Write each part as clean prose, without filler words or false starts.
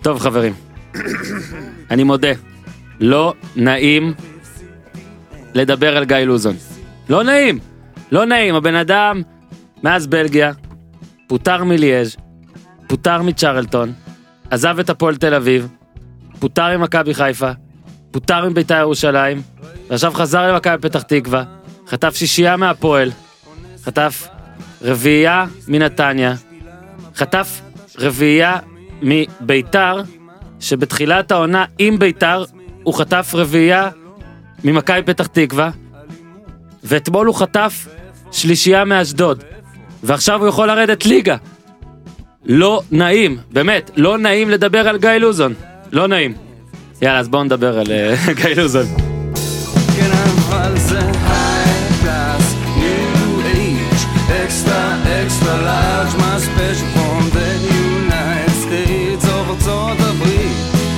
טוב חברים, אני מודה, לא נעים לדבר על גיא לוזון. לא נעים, לא נעים. הבן אדם מאז בלגיה, פוטר מליאז', פוטר מצ'רלטון, עזב את הפועל תל אביב, פוטר עם מכבי חיפה, פוטר עם בית"ר ירושלים, ועכשיו חזר למכבי פתח תקווה, חטף 6 מהפועל, חטף 4 מנתניה, חטף 4 מבית"ר, שבתחילת העונה עם בית"ר הוא חטף 4 ממכבי פתח תקווה, ואתמול הוא חטף 3 מאשדוד, ועכשיו הוא יכול לרדת ליגה. לא נעים, באמת, לא נעים לדבר על גיא לוזון, לא נעים. יאללה, אז בואו נדבר על גיא לוזון. כן, אבל זה high class, new age, extra large, my special from the United States of ארצות הברית.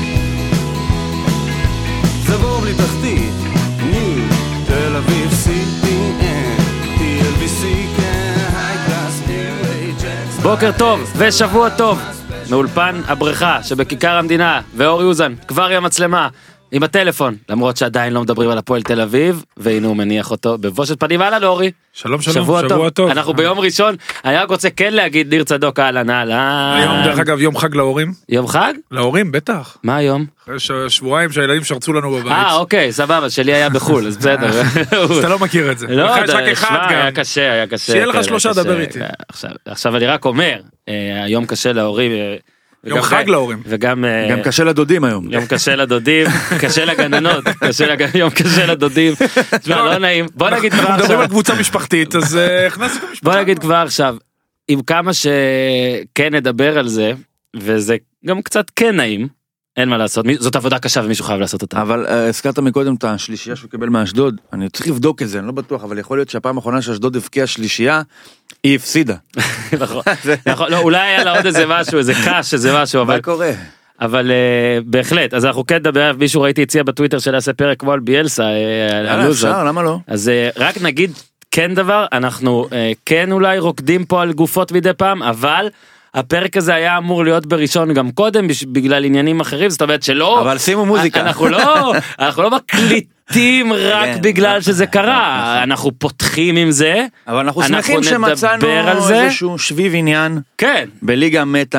זה בור בלי תחתית, new, תל אביב, CPN, TLBC, כן, high class, new age, בוקר טוב ושבוע טוב מאולפן הבריכה שבכיכר המדינה, ואור יוזן כבר עם המצלמה עם הטלפון, למרות שעדיין לא מדברים על הפועל תל אביב, והנה הוא מניח אותו בבושת פנים. הלאה לאורי, שלום, שבוע טוב. אנחנו ביום ראשון. אני רק רוצה כן להגיד ניר צדוק אהלן. היום דרך אגב יום חג להורים. יום חג? להורים בטח. מה היום? אחרי שבועיים שהילדים שרצו לנו בבית. אוקיי, סבבה, שלי היה בחול, אז בסדר. אתה לא מכיר את זה. לא יודע, היה קשה. שיהיה לך 3 דבר איתי. עכשיו אני רק אומר, היום קשה להורים, יום חג להורים. וגם גם קשה לדודים היום. יום קשה לדודים, קשה לגננות, יום קשה לדודים. לא נעים. בוא נגיד כבר אנחנו מדברים עכשיו. על קבוצה משפחתית, אז הכנסנו את המשפחה. בוא נגיד כבר עכשיו, עם כמה שכן נדבר על זה, וזה גם קצת כן נעים, אין מה לעשות, זאת עבודה קשה ומישהו חייב לעשות אותה. אבל הזכרת מקודם את השלישייה שהוא קיבל מאשדוד, אני צריך לבדוק את זה, אני לא בטוח, אבל יכול להיות שהפעם האחרונה שאשדוד הבקיעה שלישייה, היא הפסידה. נכון, לא, אולי היה לה עוד איזה משהו, איזה קש, איזה משהו, מה קורה? אבל בהחלט, אז אנחנו כן נדבר, מישהו ראיתי הציע בטוויטר של עשה פרק כמו על ביאלסה, על לוזון. אפשר, למה לא? אז רק נגיד כן דבר, אנחנו כן אולי רוקדים פה על גופות מדי פעם, אבל הפרק הזה היה אמור להיות בראשון גם קודם, בגלל עניינים אחרים, זאת אומרת שלא, אבל שימו מוזיקה. אנחנו לא מקליטים רק בגלל שזה קרה, אנחנו פותחים עם זה, אבל אנחנו שמחים שמצאנו איזשהו שביב עניין, כן, בליגה מתה.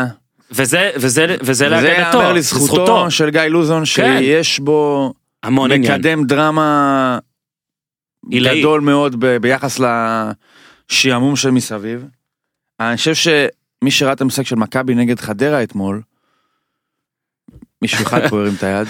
וזה להגנתו, יאמר לזכותו של גיא לוזון, שיש בו מקדם דרמה גדול מאוד ביחס לשיעמום של מסביב. אני חושב שמי שראה את המשחק של מכבי נגד חדרה אתמול, מישהו אחד פה הרים את היד,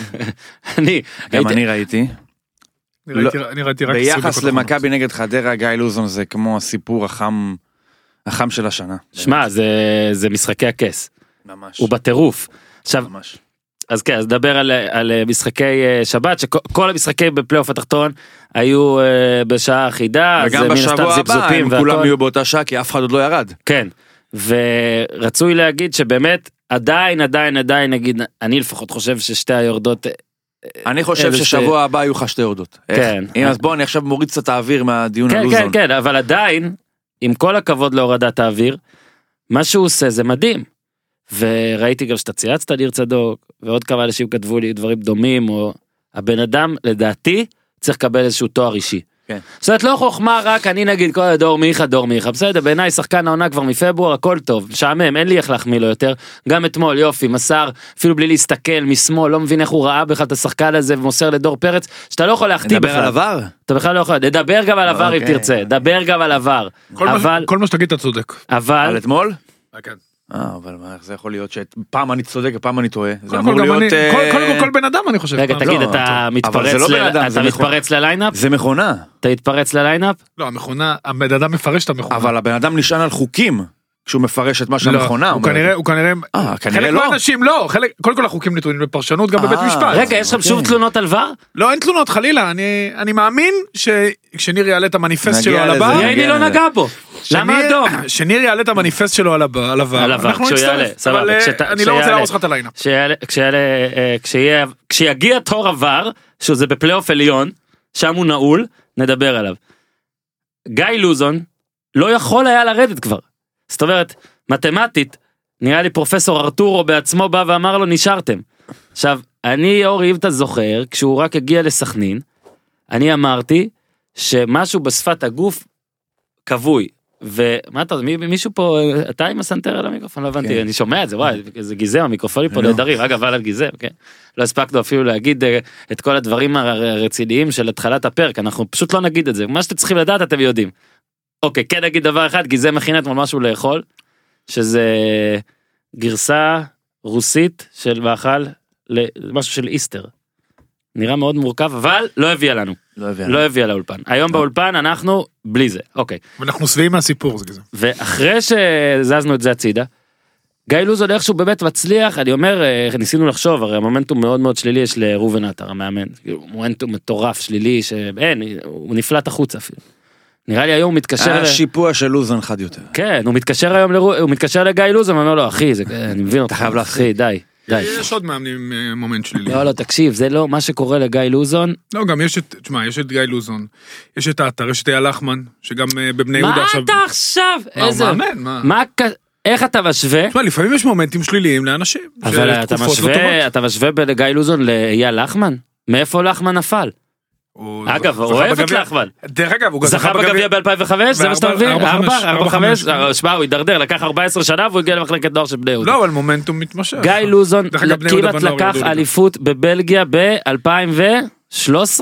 גם אני ראיתי. אני ראיתי רק ביחס למכבי נגד חדרה, גיא לוזון זה כמו הסיפור החם של השנה. שמע, זה משחקי הכס. ממש. הוא בטירוף. עכשיו, ממש. אז כן, אז נדבר על משחקי שבת, שכל המשחקים בפלייאוף התחתון היו בשעה אחידה, וגם בשבוע הבא הם כולם יהיו באותה שעה, כי אף אחד עוד לא ירד. כן, ורצוי להגיד שבאמת, עדיין, נגיד, אני לפחות חושב ששתי היורדות, אני חושב ששבוע הבא יהיו לך 2 יורדות. כן. אז בוא, אני עכשיו מוריד קצת האוויר מהדיון על לוזון. כן, אבל עדיין, עם כל הכבוד להורדת האוויר, מה שהוא עושה זה מדהים. וראיתי גם שאתה צייצת ניר צדוק, ועוד כמה אנשים כתבו לי דברים דומים, או הבן אדם, לדעתי, צריך לקבל איזשהו תואר אישי. כן. זאת אומרת, לא חוכמה רק, אני נגיד כל דור מיכה, בסדר, בעיניי שחקן העונה כבר מפברואר, הכל טוב, משעמם, אין לי איך להחמיא לו יותר, גם אתמול, יופי, מסר, אפילו בלי להסתכל משמאל, לא מבין איך הוא ראה בכלל את השחקן הזה, ומוסר לדור פרץ, שאתה לא יכול להחתיא בכלל. נדבר על עבר? אתה בכלל לא יכול, נדבר גם על עבר אם תרצה, דבר גם על עבר. כל מה שתגיד אתה צודק. אבל... על אתמול? כן. אבל מה, זה יכול להיות שפעם אני צודק, פעם אני טועה. זה קודם אמור להיות... כל בן אדם אני חושב. רגע, תגיד, אתה מתפרץ לליינאפ? זה מכונה. אתה התפרץ לליינאפ? לא, המכונה, הבן אדם מפרש את המכונה. אבל הבן אדם נשען על חוקים, כשהוא מפרש את מה שהמכונה. הוא כנראה כנראה לא. חלק מהאנשים לא, קודם כל החוקים נתונים בפרשנות גם בבית משפט. רגע, יש לכם שוב תלונות על ור? לא, אין תלונות, חלילה, אני מאמין שכשניר יעלה את המניפסט שלו על הבר, יעני לא נגע בו. למה אדום? שניר יעלה את המניפסט שלו על הבר, אנחנו נצטרף, אבל אני לא רוצה להרוס לך את הליינאפ. כשיגיע תור עבר, שזה בפלייאוף עליון, שם הוא נעול, נדבר עליו. גיא לוזון לא יכול היה לרדת כבר. זאת אומרת, מתמטית, נראה לי פרופסור ארתורו בעצמו בא ואמר לו, נשארתם. עכשיו, אני, אורי, אם אתה זוכר, כשהוא רק הגיע לסכנין, אני אמרתי שמשהו בשפת הגוף כבוי, ומה אתה, מישהו פה, אתה עם הסנטר על המיקרופון, לא הבנתי, אני שומע את זה, וואי, זה גיזם, המיקרופונים פה נהדרים, אגב, על גיזם, כן? לא הספקנו אפילו להגיד את כל הדברים הרציניים של התחלת הפרק, אנחנו פשוט לא נגיד את זה, מה שאתם צריכים לדעת אתם יודעים. אוקיי, כן נגיד דבר אחד, גיזם מכין אתמול משהו לאכול, שזה גרסה רוסית של מאכל, משהו של איסטר. נראה מאוד מורכב, אבל לא הביאה לנו. לא הביאה לאולפן. היום באולפן אנחנו בלי זה, אוקיי. ואנחנו שבעים מהסיפור, זה גזם. ואחרי שזזנו את זה הצידה, גיא לוזון איכשהו באמת מצליח, אני אומר, ניסינו לחשוב, הרי המומנטום מאוד מאוד שלילי יש לרובן עטר, המאמן. מומנטום מטורף, שלילי, שאין, הוא נפלט החוץ אפילו. נראה לי היום הוא מתקשר... השיפוע של לוזון חד יותר. כן, הוא מתקשר היום, הוא מתקשר לגיא לוזון, הוא אומר לו, אחי, אני מבין אותך, אחי, די. יש עוד מאמנים מומנט שלילי. לא, תקשיב, זה לא מה שקורה לגיא לוזון. לא, גם יש את גיא לוזון, יש את האתר, יש את אייל לחמן, שגם בבני יהודה עכשיו... מה אתה עכשיו? איזה... מה? איך אתה משווה? תשמע, לפעמים יש מומנטים שליליים לאנשים. אבל אתה משווה לגיא לוזון לאייל לחמן? מאיפה לחמן נפל? אגב, הוא אוהב את לחמן. דרך אגב, הוא זכה בגביע ב-2005, זה מה שאתה מבין? 4-5, שמע, הוא ידרדר, לקח 14 שנה והוא הגיע למחלקת נוער של בני יהודה. לא, אבל מומנטום מתמשך. גיא לוזון כמעט לקח אליפות בבלגיה ב-2013?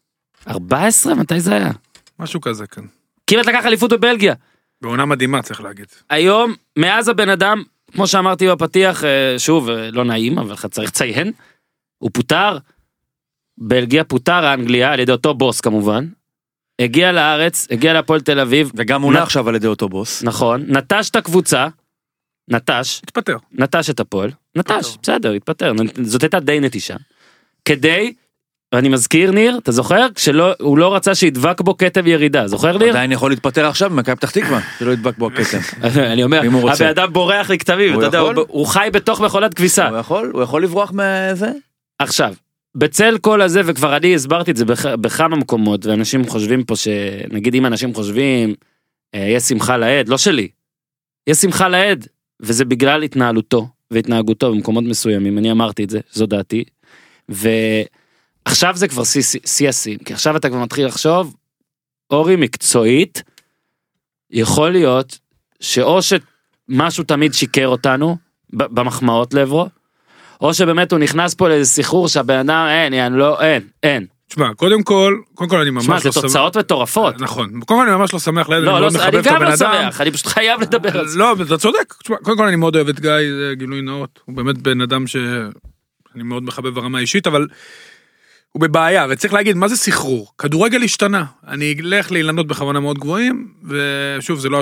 14? מתי זה היה? משהו כזה, כן. כמעט לקח אליפות בבלגיה. בעונה מדהימה, צריך להגיד. היום, מאז הבן אדם, כמו שאמרתי בפתיח, שוב, לא נעים, אבל צריך לציין, הוא פוטר, בלגיה פוטר אנגליה, על ידי אותו בוס כמובן, הגיע לארץ, הגיע להפועל תל אביב. וגם מונה עכשיו על ידי אותו בוס. נכון, נטש את הקבוצה, התפטר. נטש את הפועל, בסדר, התפטר, זאת הייתה די נטישה. כדי, אני מזכיר ניר, אתה זוכר? הוא לא רצה שידבק בו כתב ירידה, זוכר ניר? עדיין יכול להתפטר עכשיו במכבי פתח תקווה, שלא ידבק בו הכתב. אני אומר, הבן אדם בורח לכתבים, הוא חי בתוך מכונת כביסה. הוא יכול לברוח מזה? עכשיו, בצל כל הזה, וכבר אני הסברתי את זה בכמה מקומות, ואנשים חושבים פה שנגיד אם אנשים חושבים, יש שמחה לעד, לא שלי, יש שמחה לעד, וזה בגלל התנהלותו והתנהגותו במקומות מסוימים, אני אמרתי את זה, זו דעתי, ועכשיו זה כבר סייסים, כי עכשיו אתה כבר מתחיל לחשוב, אורי מקצועית, יכול להיות שאו שמשהו תמיד שיקר אותנו, במחמאות לעברו, או שבאמת הוא נכנס פה לאיזה סיחור שהבן אדם אין. תשמע, קודם כל אני ממש לא שמח. זה תוצאות מטורפות. נכון, קודם כל אני ממש לא שמח ליד, אני גם לא שמח, אני פשוט חייב לדבר על זה. לא, אתה צודק, קודם כל אני מאוד אוהב את גיא, זה גילוי נאות, הוא באמת בן אדם שאני מאוד מחבב ברמה אישית, אבל הוא בבעיה, וצריך להגיד, מה זה סחרור? כדורגל השתנה, אני אלך לאילנות בכוונה מאוד גבוהים, ושוב, זה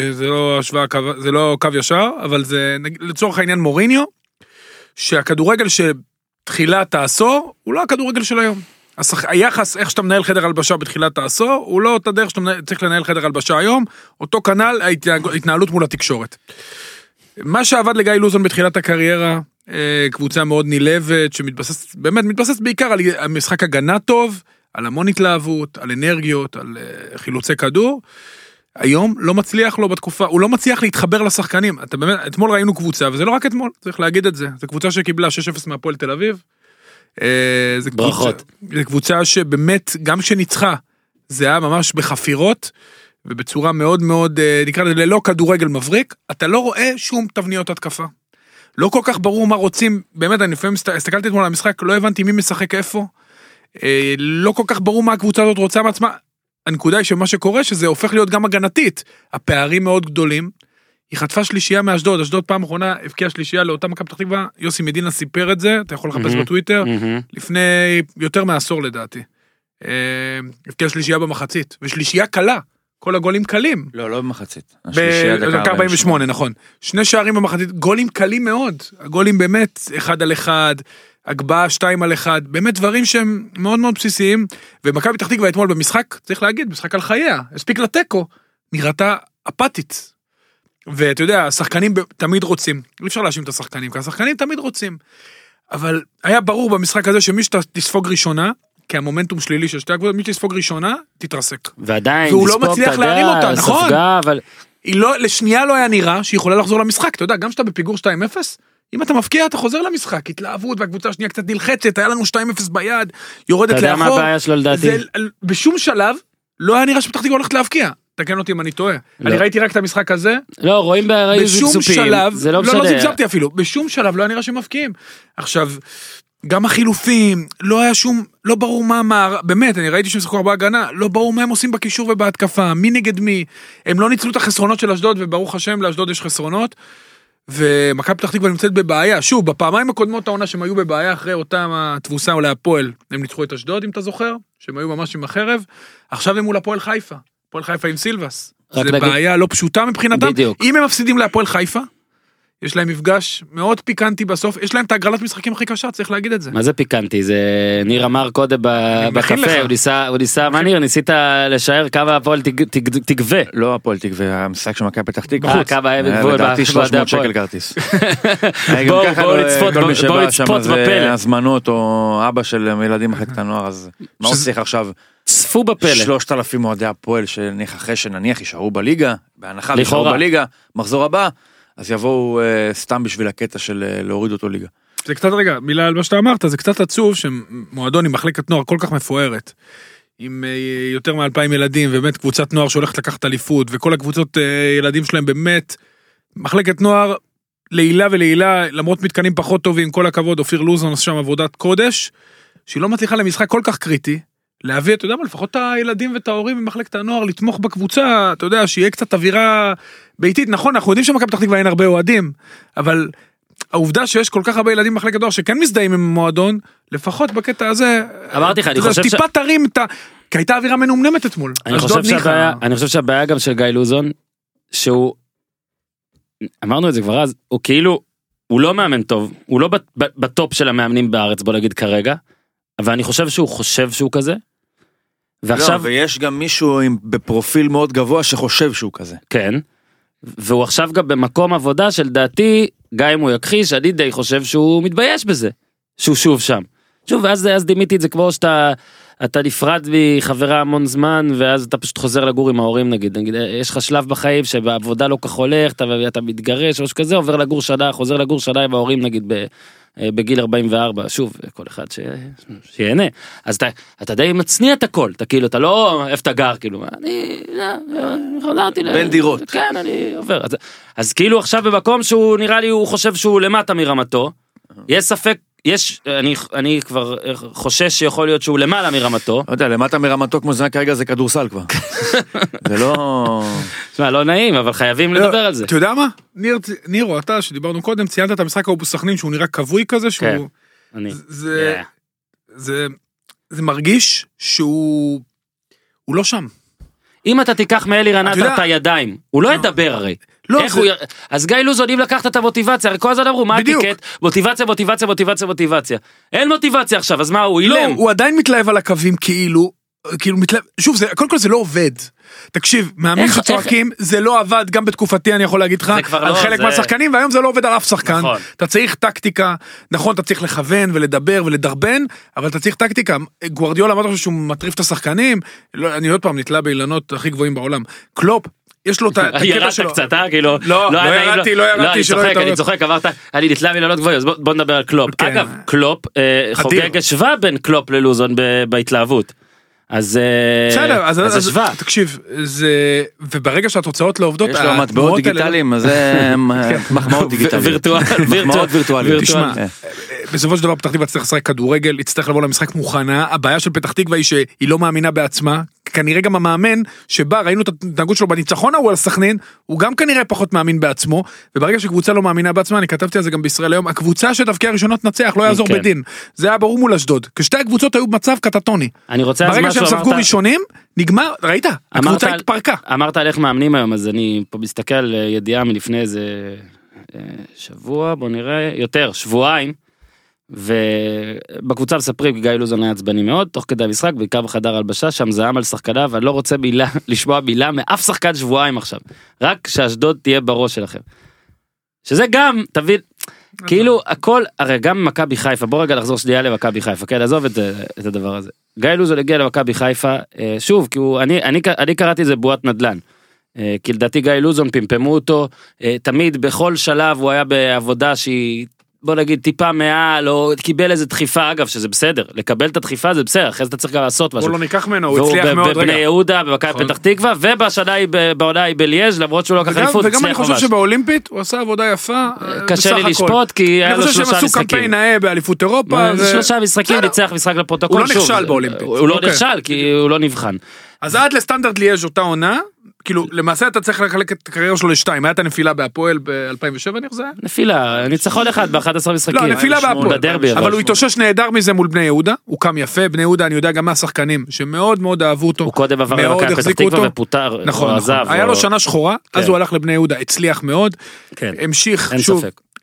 לא קו ישר, אבל זה לצורך העניין מוריניו, שהכדורגל שתחילת העשור, הוא לא הכדורגל של היום. היחס, איך שאתה מנהל חדר הלבשה בתחילת העשור, הוא לא אותה דרך שאתה צריך לנהל חדר הלבשה היום, אותו כנ"ל, ההתנהלות מול התקשורת. מה שעבד לגיא לוזון בתחילת הקריירה, קבוצה מאוד נילבת, באמת מתבססת בעיקר על משחק הגנה טוב, על המון התלהבות, על אנרגיות, על חילוצי כדור, היום לא מצליח לו בתקופה, הוא לא מצליח להתחבר לשחקנים, אתה באמת, אתמול ראינו קבוצה, וזה לא רק אתמול, צריך להגיד את זה, זו קבוצה שקיבלה 6-0 מהפועל תל אביב, ברכות. זו קבוצה שבאמת, גם כשניצחה, זה היה ממש בחפירות, ובצורה מאוד מאוד, נקרא לזה, ללא כדורגל מבריק, אתה לא רואה שום תבניות התקפה. לא כל כך ברור מה רוצים, באמת, אני לפעמים הסתכלתי אתמול על המשחק, לא הבנתי מי משחק איפה, לא כל כך ברור מה הקבוצה הזאת רוצה מעצמה, הנקודה היא שמה שקורה שזה הופך להיות גם הגנתית, הפערים מאוד גדולים, היא חטפה שלישייה מאשדוד, אשדוד פעם אחרונה הבקיעה שלישייה לאותה מכבי פתח תקווה, יוסי מדינה סיפר את זה, אתה יכול לחפש בטוויטר, לפני יותר מעשור לדעתי, הבקיעה שלישייה במחצית, ושלישייה קלה, כל הגולים קלים. לא במחצית. דקה 48, נכון. 2 שערים במחצית, גולים קלים מאוד, הגולים באמת 1-1, הגבהה 2-1, באמת דברים שהם מאוד מאוד בסיסיים, ומכבי פתח תקווה אתמול במשחק, צריך להגיד, משחק על חייה, הספיק לתיקו, נראתה אפתית, ואתה יודע, השחקנים תמיד רוצים, אי אפשר להאשים את השחקנים, כי השחקנים תמיד רוצים, אבל היה ברור במשחק הזה שמי שתספוג ראשונה, כי המומנטום שלילי של שתי הקבוצות, מי שתספוג ראשונה, תתרסק. ועדיין, והוא לא מצליח להרים אותה, נכון? ספגה, אבל... לשנייה לא היה נראה שהיא יכולה לחזור למשחק, אתה יודע, גם שאתה בפיגור 2-0, אם אתה מפקיע, אתה חוזר למשחק, התלהבות, והקבוצה השנייה קצת נלחצת, היה לנו 2-0 ביד, יורדת לאחור. אתה יודע מה הבעיה שלו לדעתי? בשום שלב, לא היה נראה שפתח תקווה הולכת להבקיע. תקן אותי אם אני טועה. אני ראיתי רק את המשחק הזה. לא, רואים בשום שלב, לא זלזלתי אפילו, בשום שלב לא היה נראה שמבקיעים. עכשיו, גם החילופים, לא היה שום, לא ברור מה אמר, באמת, אני ראיתי שהם שחקו 4 הגנה, לא ברור מה הם עושים בקישור ובהתקפה, מי נגד מי, הם לא ניצלו את החסרונות של אשדוד, וברוך השם, לאשדוד יש חסרונות, ומכבי פתח תקווה נמצאת בבעיה, שוב, בפעמיים הקודמות העונה שהם היו בבעיה, אחרי אותם התבוסה או להפועל, הם ניצחו את אשדוד, אם אתה זוכר, שהם היו ממש עם החרב, עכשיו הם מול הפועל חיפה, הפועל חיפה עם סילבס, זה בעיה לא פשוטה מבחינתם, אם הם מפסידים להפועל חיפה, יש להם מפגש מאוד פיקנטי בסוף, יש להם את הגרלת משחקים הכי קשה, צריך להגיד את זה. מה זה פיקנטי? זה ניר אמר קודם בקפה, הוא ניסה, מה ניר, ניסית לשער כמה הפועל תגווה. לא הפועל תגווה, המשחק של מכבי פתח תקווה. כמה היה בגבול. לדעתי 300 שקל כרטיס. בואו לצפות בפלא. הזמנות או אבא של ילדים מחלקת הנוער, אז מה עושה עכשיו? צפו בפלא. 3,000 אוהדי הפועל אחרי שנניח יישארו בליגה, בהנחה יישארו בליגה, מחזור הבא, אז יבואו סתם בשביל הקטע של להוריד אותו ליגה. זה קצת רגע, מילה על מה שאתה אמרת, זה קצת עצוב שמועדון עם מחלקת נוער כל כך מפוארת, עם יותר מ2,000 ילדים, ובאמת קבוצת נוער שהולכת לקחת אליפות, וכל הקבוצות ילדים שלהם באמת, מחלקת נוער לעילה ולעילה, למרות מתקנים פחות טובים, כל הכבוד, אופיר לוזון עושה שם עבודת קודש, שהיא לא מצליחה למשחק כל כך קריטי, להביא, אתה יודע מה, לפחות את הילדים ואת ההורים במחלקת הנוער, לתמוך בקבוצה, אתה יודע, שיהיה קצת אווירה ביתית, נכון, אנחנו יודעים שמכבי פתח תקווה אין הרבה אוהדים, אבל העובדה שיש כל כך הרבה ילדים במחלקת הנוער, שכן מזדהים עם המועדון, לפחות בקטע הזה, אמרתי לך, אני חושב טיפה תרים את כי הייתה אווירה מנומנמת אתמול. אני חושב שהבעיה גם של גיא לוזון, שהוא, אמרנו את זה כבר אז, הוא כאילו, הוא לא מאמן טוב, הוא לא בטופ של המאמנים בארץ, בוא נגיד כרגע, אבל אני חושב שהוא כזה, ועכשיו... לא, ויש גם מישהו בפרופיל מאוד גבוה שחושב שהוא כזה. כן, והוא עכשיו גם במקום עבודה של דעתי, גם אם הוא יכחיש, אני די חושב שהוא מתבייש בזה, שהוא שוב שם. שוב, ואז דימיתי את זה כמו שאתה נפרד מחברה המון זמן, ואז אתה פשוט חוזר לגור עם ההורים נגיד, יש לך שלב בחיים שבעבודה לא כך הולך, אתה מתגרש, או כזה, עובר לגור שנה, חוזר לגור שנה עם ההורים נגיד בגיל 44, שוב, כל אחד שיהנה, אז אתה די מצניע את הכל, אתה כאילו, אתה לא איפה אתה גר, כאילו, אני חזרתי בין דירות. כן, אני עובר, אז כאילו עכשיו במקום שהוא נראה לי, הוא חושב שהוא למטה מרמתו, יש ספק, אני כבר חושש שיכול להיות שהוא למעלה מרמתו. לא יודע, למטה מרמתו כמו זה כרגע זה כדורסל כבר. זה לא... תשמע, לא נעים, אבל חייבים לדבר על זה. אתה יודע מה? ניר או אתה, שדיברנו קודם, ציינת את המשחק בסכנין שהוא נראה קבוי כזה, שהוא... זה מרגיש שהוא לא שם. אם אתה תיקח מאלי רנת את הידיים, הוא לא ידבר הרי. אז גיא לוזון, אם לקחת את המוטיבציה, הרי כל הזמן אמרו, מה הטיקט? מוטיבציה. אין מוטיבציה עכשיו, אז מה, הוא אילם? לא, הוא עדיין מתלהב על הקווים כאילו מתלהב, שוב, קודם כל זה לא עובד. תקשיב, מאמין שצועקים, זה לא עבד, גם בתקופתי אני יכול להגיד לך, על חלק מהשחקנים, והיום זה לא עובד על אף שחקן. אתה צריך טקטיקה, נכון, אתה צריך לכוון ולדבר ולדרבן, אבל אתה צריך טקטיקה. גוארדיולה, מה אתה חושב שהוא מטריף את השחקנים? אני עוד פעם נתלה באילנות הכי גבוהים בעולם. קלופ, יש לו את הקטע שלו. קצת, כאילו. לא ירדתי. אני צוחק, אמרת, אני נתלה באילנות גבוהים, אז בוא נדבר על קלופ. אגב, קלופ חוגג השוואה בין קלופ ללוזון בהתלהבות. אז השוואה. תקשיב, וברגע שהתוצאות לא עובדות, יש לו מטבעות דיגיטליים, אז זה מחמאות דיגיטליות. מחמאות וירטואליות. תשמע, בסופו של דבר פתח תקווה צריך לשחק כדורגל, יצטרך לבוא למשחק מוכנה, הבעיה של פתח תקווה היא שהיא לא מאמינה בעצמה, כנראה גם המאמן שבא, ראינו את ההתנהגות שלו בניצחון ההוא על סכנין, הוא גם כנראה פחות מאמין בעצמו, וברגע שקבוצה לא מאמינה בעצמה, אני כתבתי על זה גם בישראל היום, הקבוצה שתבקיע הראשונות נצח, לא יעזור בדין. זה היה ברור מול אשדוד. כשתי הקבוצות היו במצב קטטוני. ברגע שהם ספגו ראשונים, נגמר, ראית? הקבוצה התפרקה. אמרת על איך מאמנים היום, אז אני פה מסתכל על ידיעה מלפני איזה שבוע, בוא נראה, יותר, שבועיים, ובקבוצה מספרים, גיא לוזון היה עצבני מאוד, תוך כדי המשחק, בעיקר בחדר הלבשה, שם זעם על שחקניו, ואני לא רוצה לשמוע מילה מאף שחקן שבועיים עכשיו, רק שאשדוד תהיה בראש שלכם. שזה גם, תבין, כאילו הכל, הרי גם מכבי חיפה, בוא רגע לחזור שנייה למכבי חיפה, כן, עזוב את הדבר הזה. גיא לוזון הגיע למכבי חיפה, שוב, כי אני קראתי את זה בועת נדל"ן, כי לדעתי גיא לוזון פמפמו אותו, תמיד בכל שלב הוא היה בעבודה שהיא, בוא נגיד טיפה מעל, או קיבל איזה דחיפה, אגב שזה בסדר, לקבל את הדחיפה זה בסדר, אחרי זה אתה צריך גם לעשות משהו. הוא לא ניקח ממנו, הוא הצליח מאוד רגע. בבני יהודה, במכבי פתח תקווה, בעונה היא בליאז' למרות שהוא לא לקח אליפות. וגם אני חושב שבאולימפית הוא עשה עבודה יפה, קשה לי לשפוט, כי היה לו 3 משחקים. אני חושב שהם עשו קמפיין נאה באליפות אירופה. 3 משחקים, ניצח משחק לפרוטוקול. הוא לא נכשל באולימפית. הוא לא נכשל, כי הוא לא נבחן. אז עד לסטנדרט ליאז' אותה עונה, כאילו, למעשה אתה צריך לחלק את הקריירה שלו לשתיים, היה את הנפילה בהפועל ב-2007 נחזה? נפילה, ניצחון אחד ב-11 משחקים. לא, נפילה בהפועל, אבל הוא התאושש נהדר מזה מול בני יהודה, הוא קם יפה, בני יהודה אני יודע גם מהשחקנים, שמאוד מאוד אהבו אותו, הוא קודם עבר למכבי פתח תקווה ופוטר, נכון, היה לו שנה שחורה, אז הוא הלך לבני יהודה, הצליח מאוד, המשיך, שוב,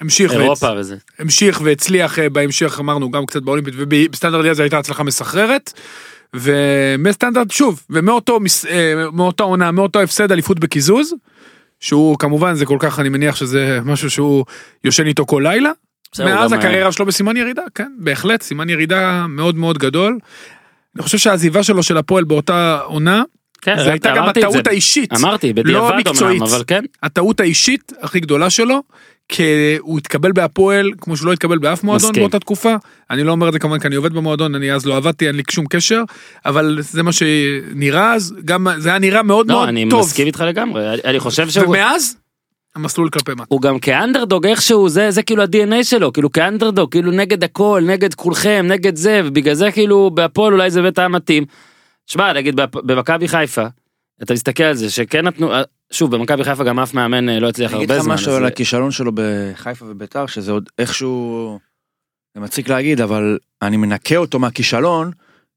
המשיך והצליח בהמשך, אמרנו גם קצת באולימפית, ובסטנדרט ליאז' הייתה הצלחה מסחררת, ומסטנדרט שוב, ומאותה עונה, מאותו הפסד אליפות בקיזוז, שהוא כמובן זה כל כך, אני מניח שזה משהו שהוא יושן איתו כל לילה, מאז הקריירה שלו בסימן ירידה, כן, בהחלט, סימן ירידה מאוד מאוד גדול, אני חושב שהעזיבה שלו של הפועל באותה עונה, זה הייתה גם הטעות האישית, לא מקצועית, הטעות האישית הכי גדולה שלו, כי הוא התקבל בהפועל, כמו שהוא לא התקבל באף מועדון באותה תקופה, אני לא אומר את זה כמובן כי אני עובד במועדון, אני אז לא עבדתי, אין לי שום קשר, אבל זה מה שנראה אז, גם זה היה נראה מאוד מאוד טוב. לא, אני מסכים איתך לגמרי, אני חושב שהוא... ומאז, המסלול כלפי מטה. הוא גם כאנדרדוג איכשהו, זה כאילו ה-DNA שלו, כאילו כאנדרדוג, כאילו נגד הכל, נגד כולכם, נגד זה, ובגלל זה כאילו בהפועל אולי זה בית המתאים. שמע, נגיד במכבי חיפה, אתה מסתכל על זה, שכן נתנו, שוב, במכבי חיפה גם אף מאמן לא הצליח הרבה זמן. אני אגיד לך משהו על הכישלון שלו בחיפה וביתר, שזה עוד איכשהו, זה מציק להגיד, אבל אני מנקה אותו מהכישלון,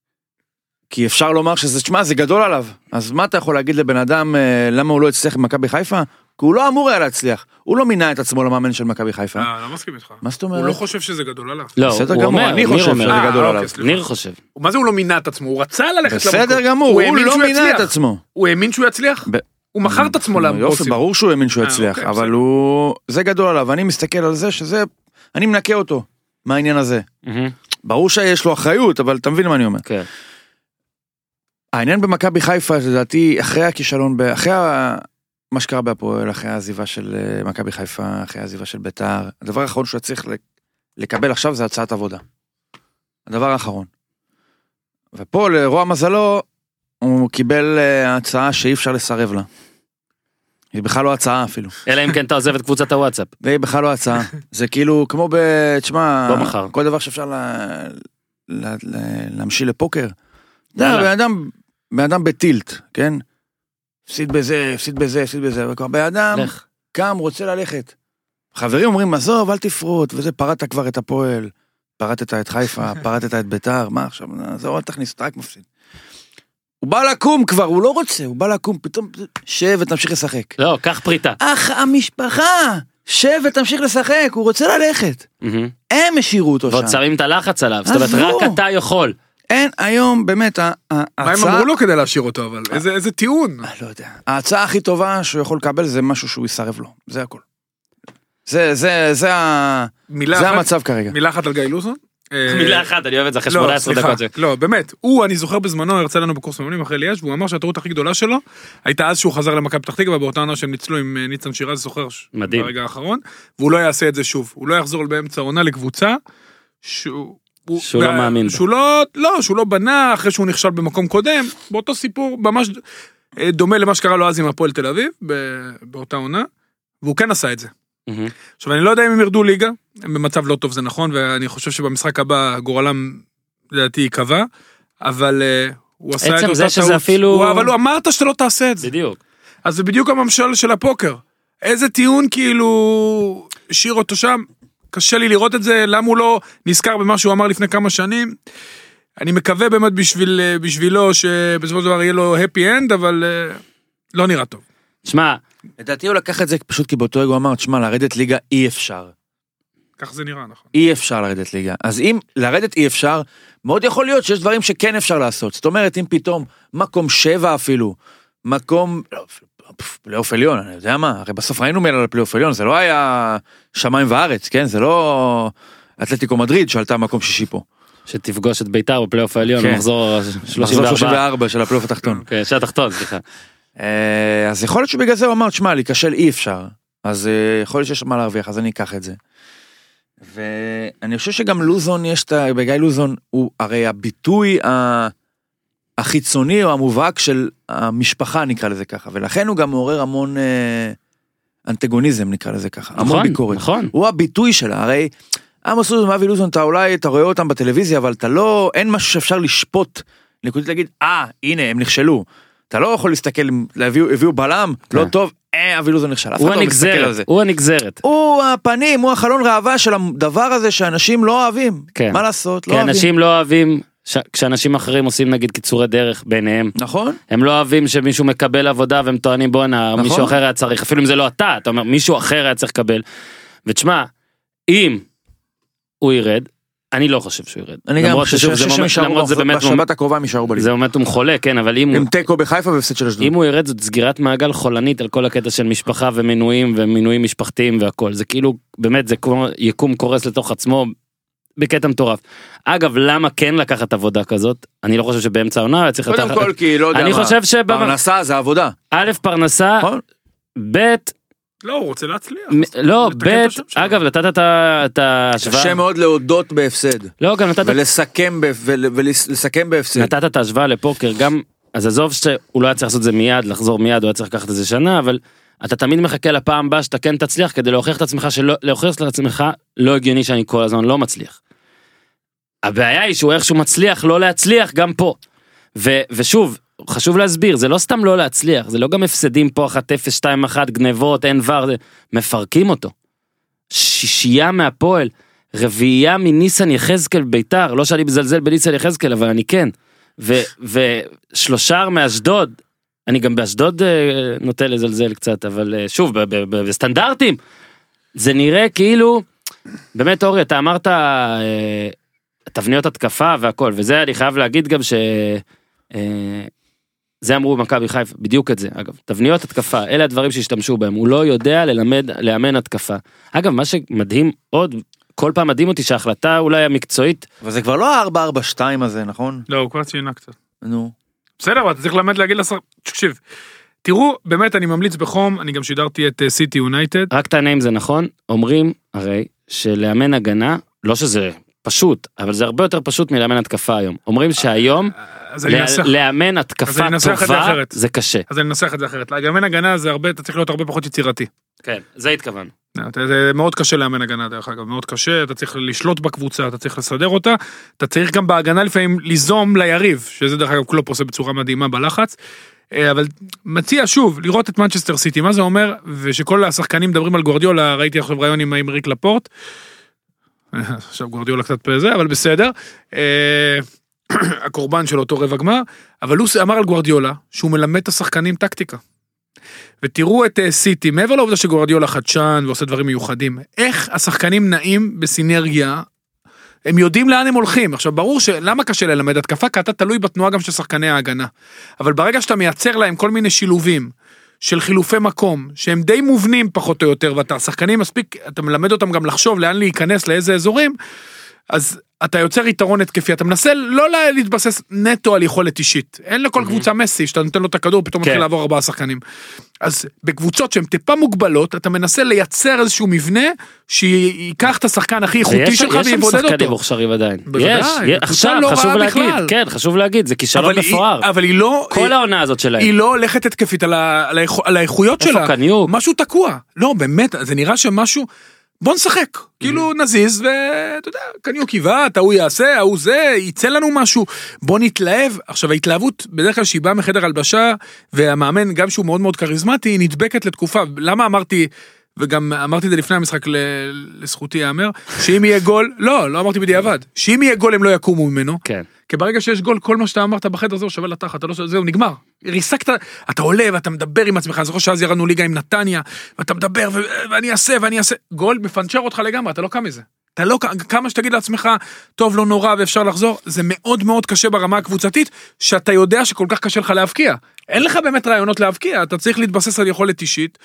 כי אפשר לומר שזה, תשמע, זה גדול עליו. אז מה אתה יכול להגיד לבן אדם, למה הוא לא הצליח במכבי חיפה? כי הוא לא אמור היה להצליח. הוא לא מינה את עצמו למאמן של מכבי חיפה. לא מסכים איתך. מה זאת אומרת? הוא לא חושב שזה גדול עליו. לא, הוא אומר, אני חושב שזה גדול עליו. ניר חושב. מה זה הוא לא מינה את עצמו? הוא רצה ללכת למקום. בסדר גמור, הוא לא מינה את עצמו. הוא האמין שהוא יצליח? הוא מכר את עצמו לבוסים. ברור שהוא האמין שהוא יצליח, אבל הוא... זה גדול עליו. אני מסתכל על זה שזה... אני מנקה אותו מהעניין הזה. ברור שיש לו אחריות, אבל אתה מבין מה אני אומר. העניין במכבי חיפה, לדעתי, אחרי הכישלון, אחרי מה שקרה בהפועל, אחרי העזיבה של מכבי חיפה, אחרי העזיבה של ביתר, הדבר האחרון שהוא צריך לקבל עכשיו זה הצעת עבודה. הדבר האחרון. ופה, לרוע מזלו, הוא קיבל הצעה שאי אפשר לסרב לה. היא בכלל לא הצעה אפילו. אלא אם כן אתה עוזב את קבוצת הוואטסאפ. היא בכלל לא הצעה. זה כאילו כמו תשמע, כל דבר שאפשר להמשיל לפוקר. בן אדם בטילט, כן? הפסיד בזה, וכבר בן אדם קם, רוצה ללכת. חברים אומרים, עזוב, אל תפרוט, וזה, פרטת כבר את הפועל, פרטת את חיפה, פרטת את ביתר, מה עכשיו? זהו, אל תכניס, אתה רק מפסיד. הוא בא לקום כבר, הוא לא רוצה, הוא בא לקום, פתאום שב ותמשיך לשחק. לא, קח פריטה. אך המשפחה, שב ותמשיך לשחק, הוא רוצה ללכת. הם השאירו אותו שם. ועוד שמים את הלחץ עליו, זאת אומרת, רק אתה יכול. אין, היום באמת, מה הם אמרו לו כדי להשאיר אותו, אבל איזה טיעון? לא יודע. ההצעה הכי טובה שהוא יכול לקבל זה משהו שהוא יסרב לו, זה הכל. זה המצב כרגע. מילה אחת על גיא לוזון? מילה אחת, אני אוהב את זה אחרי 18 דקות. לא, באמת, אני זוכר בזמנו, הרצה לנו בקורס מאמנים אחרי ליאז' והוא אמר שהטעות הכי גדולה שלו, הייתה אז שהוא חזר למכבי פתח תקווה, באותה עונה שהם ניצלו עם ניצן שירז, זוכר ברגע האחרון, והוא לא יעשה את זה שוב, הוא לא יחזור באמצע העונה לקבוצה, שהוא לא מאמין. שהוא לא בנה, אחרי שהוא נכשל במקום קודם, באותו סיפור, ממש דומה למה שקרה לו אז עם הפועל תל אביב, באותה עונה, והוא כן עשה את זה. עכשיו אני לא יודע אם הם ירדו ליגה, הם במצב לא טוב זה נכון, ואני חושב שבמשחק הבא גורלם לדעתי יקבע, אבל הוא עשה את אותה טעות, אפילו... אבל הוא אמרת שאתה לא תעשה את זה. בדיוק. אז זה בדיוק הממשל של הפוקר, איזה טיעון כאילו השאיר אותו שם, קשה לי לראות את זה, למה הוא לא נזכר במה שהוא אמר לפני כמה שנים, אני מקווה באמת בשבילו שבסופו של דבר יהיה לו happy end, אבל לא נראה טוב. שמע, לדעתי הוא לקח את זה פשוט כי באותו רגע הוא אמר, תשמע, לרדת ליגה אי אפשר. כך זה נראה, נכון. אי אפשר לרדת ליגה. אז אם לרדת אי אפשר, מאוד יכול להיות שיש דברים שכן אפשר לעשות. זאת אומרת, אם פתאום מקום 7 אפילו, מקום, פלייאוף עליון, אני יודע מה, הרי בסוף ראינו מילה לפלייאוף עליון, זה לא היה שמיים וארץ, כן? זה לא אתלטיקו מדריד שעלתה מקום 6 פה. שתפגוש את ביתר בפלייאוף העליון, מחזור 34 של הפלייאוף התחתון. כן, של התחתון, סליחה. אז יכול להיות שבגלל זה הוא אמר, תשמע, להיכשל אי אפשר, אז יכול להיות שיש מה להרוויח, אז אני אקח את זה. ואני חושב שגם לוזון, בגיא לוזון, הוא הרי הביטוי החיצוני או המובהק של המשפחה, נקרא לזה ככה, ולכן הוא גם מעורר המון אנטגוניזם, נקרא לזה ככה, המון ביקורת. נכון. הוא הביטוי שלה, הרי עמוס לוזון ואבי לוזון, אתה רואה אותם בטלוויזיה, אבל אתה לא, אין משהו שאפשר לשפוט, נקודית להגיד, הנה, הם נכשלו. אתה לא יכול להסתכל, הביאו בלם, לא טוב, אבי לוזון נכשל. הוא הנגזרת, הוא הנגזרת. הוא הפנים, הוא החלון ראווה של הדבר הזה שאנשים לא אוהבים. מה לעשות? לא אוהבים. כי אנשים לא אוהבים, כשאנשים אחרים עושים נגיד קיצורי דרך ביניהם. נכון. הם לא אוהבים שמישהו מקבל עבודה והם טוענים בואנה, מישהו אחר היה צריך, אפילו אם זה לא אתה אומר מישהו אחר היה צריך לקבל. ותשמע, אם הוא ירד, אני לא חושב שהוא ירד. אני גם חושב שבשבת הקרובה יישארו בליגה. זה מומנטום חולה, כן, אבל אם... עם תיקו בחיפה והפסד של אשדוד. אם הוא ירד, זאת סגירת מעגל חולנית על כל הקטע של משפחה ומינויים ומינויים משפחתיים והכל. זה כאילו, באמת, זה כמו יקום קורס לתוך עצמו, בקטע מטורף. אגב, למה כן לקחת עבודה כזאת? אני לא חושב שבאמצע העונה צריך קודם כל, כי לא יודע מה. אני חושב פרנסה זה עבודה. א', פרנסה, ב', לא, הוא רוצה להצליח. לא, אגב, נתת את ההשוואה. קשה מאוד להודות בהפסד. לא, גם נתת... ולסכם בהפסד. נתת את ההשוואה לפוקר, גם, אז עזוב שהוא לא היה צריך לעשות זה מיד, לחזור מיד, הוא היה צריך לקחת איזה שנה, אבל אתה תמיד מחכה לפעם הבאה שאתה כן תצליח, כדי להוכיח את עצמך, להוכיח את עצמך לא הגיוני שאני כל הזמן לא מצליח. הבעיה היא שהוא איכשהו מצליח לא להצליח גם פה. ושוב, חשוב להסביר, זה לא סתם לא להצליח, זה לא גם הפסדים פה 1-0, 2-1, גנבות, אין ור, מפרקים אותו. שישייה מהפועל, רביעייה מניסן יחזקאל ביתר, לא שאני מזלזל בניסן יחזקאל, אבל אני כן. ושלושה מאשדוד, אני גם באשדוד נוטה לזלזל קצת, אבל שוב, בסטנדרטים, זה נראה כאילו, באמת אורי, אתה אמרת, תבניות התקפה והכל, וזה אני חייב להגיד גם זה אמרו במכבי חיפה, בדיוק את זה, אגב, תבניות התקפה, אלה הדברים שהשתמשו בהם, הוא לא יודע לאמן התקפה. אגב, מה שמדהים עוד, כל פעם מדהים אותי שההחלטה אולי המקצועית... אבל זה כבר לא 4-4-2 הזה, נכון? לא, הוא כבר ציינה קצת. נו. בסדר, אבל אתה צריך למד להגיד לשר, תקשיב, תראו, באמת אני ממליץ בחום, אני גם שידרתי את סיטי יונייטד. רק תענה אם זה נכון, אומרים הרי שלאמן הגנה, לא שזה פשוט, אבל זה הרבה יותר פשוט מלאמן התקפה היום. אומרים שהיום, לאמן התקפה טובה, זה קשה. אז אני אנסח את זה אחרת. לאמן הגנה זה הרבה, אתה צריך להיות הרבה פחות יצירתי. כן, זה התכוון. זה מאוד קשה לאמן הגנה, דרך אגב, מאוד קשה, אתה צריך לשלוט בקבוצה, אתה צריך לסדר אותה, אתה צריך גם בהגנה לפעמים ליזום ליריב, שזה דרך אגב קלופ עושה בצורה מדהימה בלחץ, אבל מציע שוב, לראות את מנצ'סטר סיטי, מה זה אומר, ושכל השחקנים מדברים על גוארדיולה, ראיתי עכשיו רעיון עם ריק לפורט, עכשיו גוארדיולה קצת בזה, אבל בסדר, הקורבן של אותו רבע גמר, אבל הוא אמר על גוארדיולה, שהוא מלמד את השחקנים טקטיקה, ותראו את סיטי, מעבר לעובדה שגוארדיולה חדשן ועושה דברים מיוחדים, איך השחקנים נעים בסינרגיה, הם יודעים לאן הם הולכים. עכשיו ברור שלמה קשה ללמד התקפה, כי אתה תלוי בתנועה גם של שחקני ההגנה, אבל ברגע שאתה מייצר להם כל מיני שילובים, של חילופי מקום, שהם די מובנים פחות או יותר, ואתה שחקנים מספיק, אתה מלמד אותם גם לחשוב לאן להיכנס, לאיזה אזורים, אז אתה יוצר יתרון התקפי, אתה מנסה לא להתבסס נטו על יכולת אישית, אין לכל קבוצה מסי, שאתה נותן לו את הכדור, פתאום מתחיל לעבור 4 שחקנים, אז בקבוצות שהן טיפה מוגבלות, אתה מנסה לייצר איזשהו מבנה, שיקח את השחקן הכי איכותי שלך, ויבודד אותו. ויש שם שחקנים מוכשרים עדיין, עכשיו חשוב להגיד, כן, חשוב להגיד, זה כישלון מפואר, אבל היא לא, כל העונה הזאת שלהם, היא לא הולכת התקפית על האיכויות שלה, משהו תקוע, לא, באמת, זה נראה שמשהו, בוא נשחק, כאילו נזיז, ואתה יודע, קניוק יבעת, הוא יעשה, הוא זה, יצא לנו משהו, בוא נתלהב. עכשיו ההתלהבות, בדרך כלל שהיא באה מחדר הלבשה, והמאמן, גם שהוא מאוד מאוד קריזמטי, היא נדבקת לתקופה. למה אמרתי, וגם אמרתי את זה לפני המשחק לזכותי יאמר, שאם יהיה גול, לא אמרתי בדיעבד, שאם יהיה גול הם לא יקומו ממנו, כן. כי ברגע שיש גול, כל מה שאתה אמרת בחדר זהו שווה לתחת, זהו נגמר, ריסקת, אתה עולה ואתה מדבר עם עצמך, אני זוכר שאז ירדנו ליגה עם נתניה, ואתה מדבר ואני אעשה, גול מפנצ'ר אותך לגמרי, אתה לא קם מזה, אתה לא, כמה שתגיד לעצמך, טוב לא נורא ואפשר לחזור, זה מאוד מאוד קשה ברמה הקבוצתית, שאתה יודע שכל כך קשה לך להבקיע, אין לך באמת רעיונות להבקיע, אתה צריך להתבסס על יכולת אישית,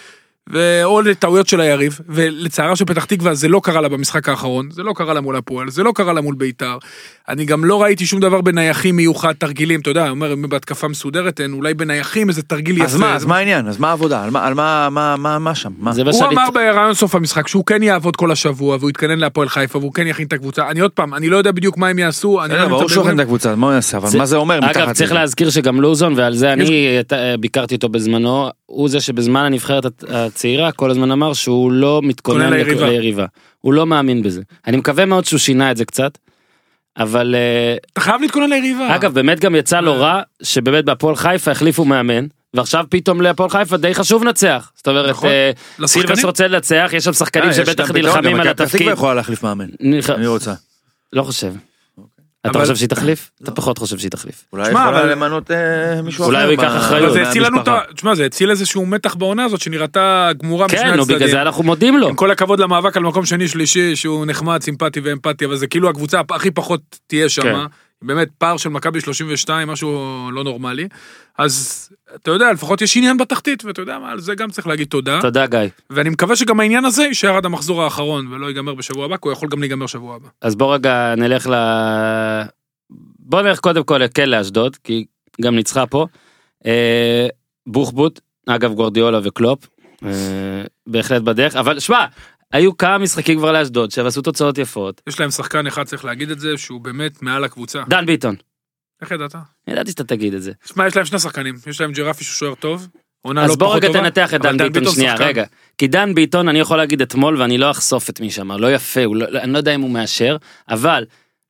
או לטעויות של היריב, ולצערה של פתח תקווה זה לא קרה לה במשחק האחרון, זה לא קרה לה מול הפועל, זה לא קרה לה מול ביתר, אני גם לא ראיתי שום דבר בנייחים מיוחד, תרגילים, אתה יודע, אומר, בהתקפה מסודרת, אין, אולי בנייחים איזה תרגיל יפה. אז מה העניין? אז מה העבודה? על מה שם? הוא אמר ברעיון סוף המשחק, שהוא כן יעבוד כל השבוע, והוא יתכנן להפועל חיפה, והוא כן יכין את הקבוצה. אני עוד פעם, אני לא יודע בדיוק מה הם יעשו, ברור שהוא יכין את הקבוצה, מה הוא יעשה? אבל מה זה אומר? אגב, צריך להזכיר שגם לוזון, ועל זה אני ביקרתי אותו בזמנו, הוא זה שבזמן הנבחרת הצעירה, כל הזמן אמר שהוא לא מתכונן ליריבה. הוא לא מאמין בזה. אני מקווה מאוד שהוא שינה את זה קצת, אבל... אתה חייב להתכונן ליריבה. אגב, באמת גם יצא לו רע, שבאמת בהפועל חיפה החליפו מאמן, ועכשיו פתאום להפועל חיפה די חשוב נצח. זאת אומרת, סילבס רוצה לנצח, יש שם שחקנים שבטח נלחמים על התפקיד. תקווה יכולה להחליף מאמן. אני רוצה. לא חושב. אתה חושב שהיא תחליף? אתה פחות חושב שהיא תחליף. אולי יכולה למנות מישהו אחר. אולי הוא ייקח אחריות. זה הציל איזשהו מתח בעונה הזאת שנראתה גמורה משני הצדדים. כן, בגלל זה אנחנו מודים לו. עם כל הכבוד למאבק על מקום שני שלישי, שהוא נחמד, סימפטי ואמפתי, אבל זה כאילו הקבוצה הכי פחות תהיה שם. באמת פער של מכבי 32, משהו לא נורמלי. אז אתה יודע, לפחות יש עניין בתחתית, ואתה יודע מה, על זה גם צריך להגיד תודה. תודה, גיא. ואני מקווה שגם העניין הזה יישאר עד המחזור האחרון, ולא ייגמר בשבוע הבא, כי הוא יכול גם להיגמר שבוע הבא. אז בוא רגע נלך בוא נלך קודם כל כן לאשדוד, כי גם ניצחה פה. בוחבוט, אגב גורדיולה וקלופ, בהחלט בדרך, אבל שמע, היו כמה משחקים כבר לאשדוד, שעשו תוצאות יפות. יש להם שחקן אחד, צריך להגיד את זה, שהוא באמת מעל הקבוצה. דן ביטון. איך ידעת? ידעתי שאתה תגיד את זה. שמע, יש להם שני שחקנים, יש להם ג'רפי שהוא שוער טוב, אז בוא רגע תנתח את דן ביטון שנייה, רגע. כי דן ביטון, אני יכול להגיד אתמול, ואני לא אחשוף את מי שאמר, לא יפה, אני לא יודע אם הוא מאשר, אבל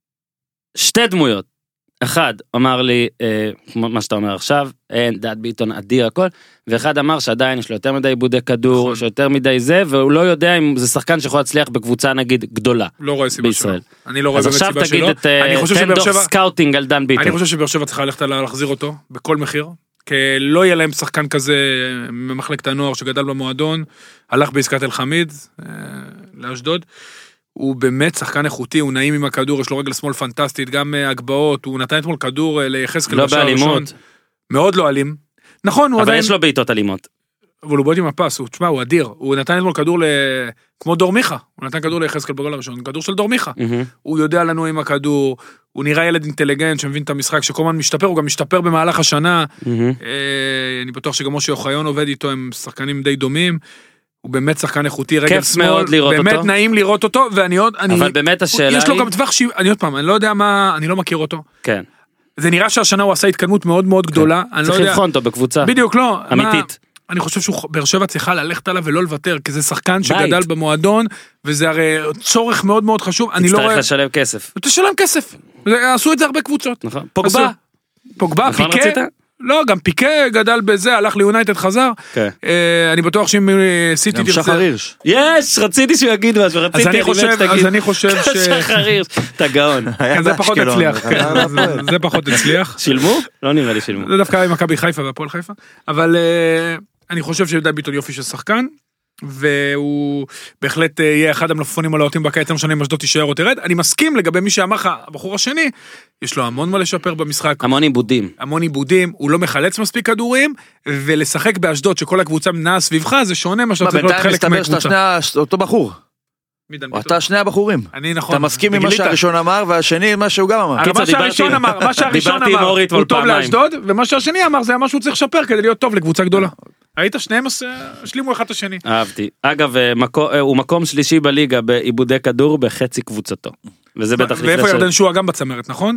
שתי דמויות. אחד אמר לי, מה שאתה אומר עכשיו, אין, דן ביטון אדיר הכל, ואחד אמר שעדיין יש לו יותר מדי עיבודי כדור, שיותר מדי זה, והוא לא יודע אם זה שחקן שיכול להצליח בקבוצה נגיד גדולה לא רואה סיבה שלו. אני לא רואה באמת סיבה שלו. אז עכשיו תגיד תן דוח סקאוטינג על דן ביטון. אני חושב שבאר שבע צריכה ללכת להחזיר אותו, בכל מחיר, כי לא יהיה להם שחקן כזה ממחלקת הנוער שגדל במועדון, הלך בעסקת אל-חמיד, לאשדוד, הוא באמת שחקן איכותי, הוא נעים עם הכדור, יש לו רגל שמאל פנטסטית, גם הגבעות, הוא נתן אתמול כדור ליחזקאל לא באלימות. מאוד לא אלים. נכון, אבל יש לו בעיטות אלימות. אבל הוא בועט עם הפס, תשמע, הוא אדיר, הוא נתן אתמול כדור כמו דור מיכה, הוא נתן כדור ליחזקאל בגול הראשון, כדור של דור מיכה. הוא יודע לנו עם הכדור, הוא נראה ילד אינטליגנט שמבין את המשחק, שכל הזמן משתפר, הוא גם משתפר במהלך השנה. אני בטוח שגם משה אוחיון עובד איתו, הם שחקנים די דומים. הוא באמת שחקן איכותי, רגל שמאל, באמת נעים לראות אותו, ואני עוד, אבל באמת השאלה יש לו גם טווח, אני עוד פעם, אני לא יודע מה, אני לא מכיר אותו. כן. זה נראה שהשנה הוא עשה התקדמות מאוד מאוד גדולה. צריך לבחון אותו בקבוצה. בדיוק, לא. אמיתית. אני חושב שבאר שבע צריכה ללכת עליו ולא לוותר, כי זה שחקן שגדל במועדון, וזה הרי צורך מאוד מאוד חשוב. תצטרך לשלם כסף. תשלם כסף. עשו את זה הרבה קבוצות. נכון. פוגבה, פיקה. לא, גם פיקה גדל בזה, הלך ליונייטד, חזר. אני בטוח שאם סיטי תרצה... גם שחר הירש. יש, רציתי שהוא יגיד משהו, אז אני חושב ש... שחר הירש, אתה גאון. זה פחות הצליח. זה פחות הצליח. שילמו? לא נראה לי שילמו. זה דווקא עם מכבי חיפה והפועל חיפה. אבל אני חושב שדן ביטון יופי של שחקן, והוא בהחלט יהיה אחד המלפפונים הלוהטים בקיץ, לא משנה אם אשדוד תישאר או תרד. אני מסכים לגבי מי שאמר לך, הבחור השני, יש לו המון מה לשפר במשחק. המון עיבודים. המון עיבודים, הוא לא מחלץ מספיק כדורים, ולשחק באשדוד שכל הקבוצה נעה סביבך, זה שונה מה שאתה צריך להיות חלק מהקבוצה. בינתיים מסתבר אותו בחור. אתה שני הבחורים. אני נכון. אתה מסכים עם מה שהראשון אמר, והשני מה שהוא גם אמר. מה שהראשון אמר, הוא טוב לאשדוד, ומה שהשני אמר, זה מה שהוא צריך לשפר כדי להיות טוב לקבוצה גדולה. היית שניהם השלימו אחד את השני. אהבתי. אגב, הוא מקום שלישי בליגה בעיבודי כדור בחצי קבוצתו. וזה בטח... ואיפה ירדן שועה גם בצמרת, נכון?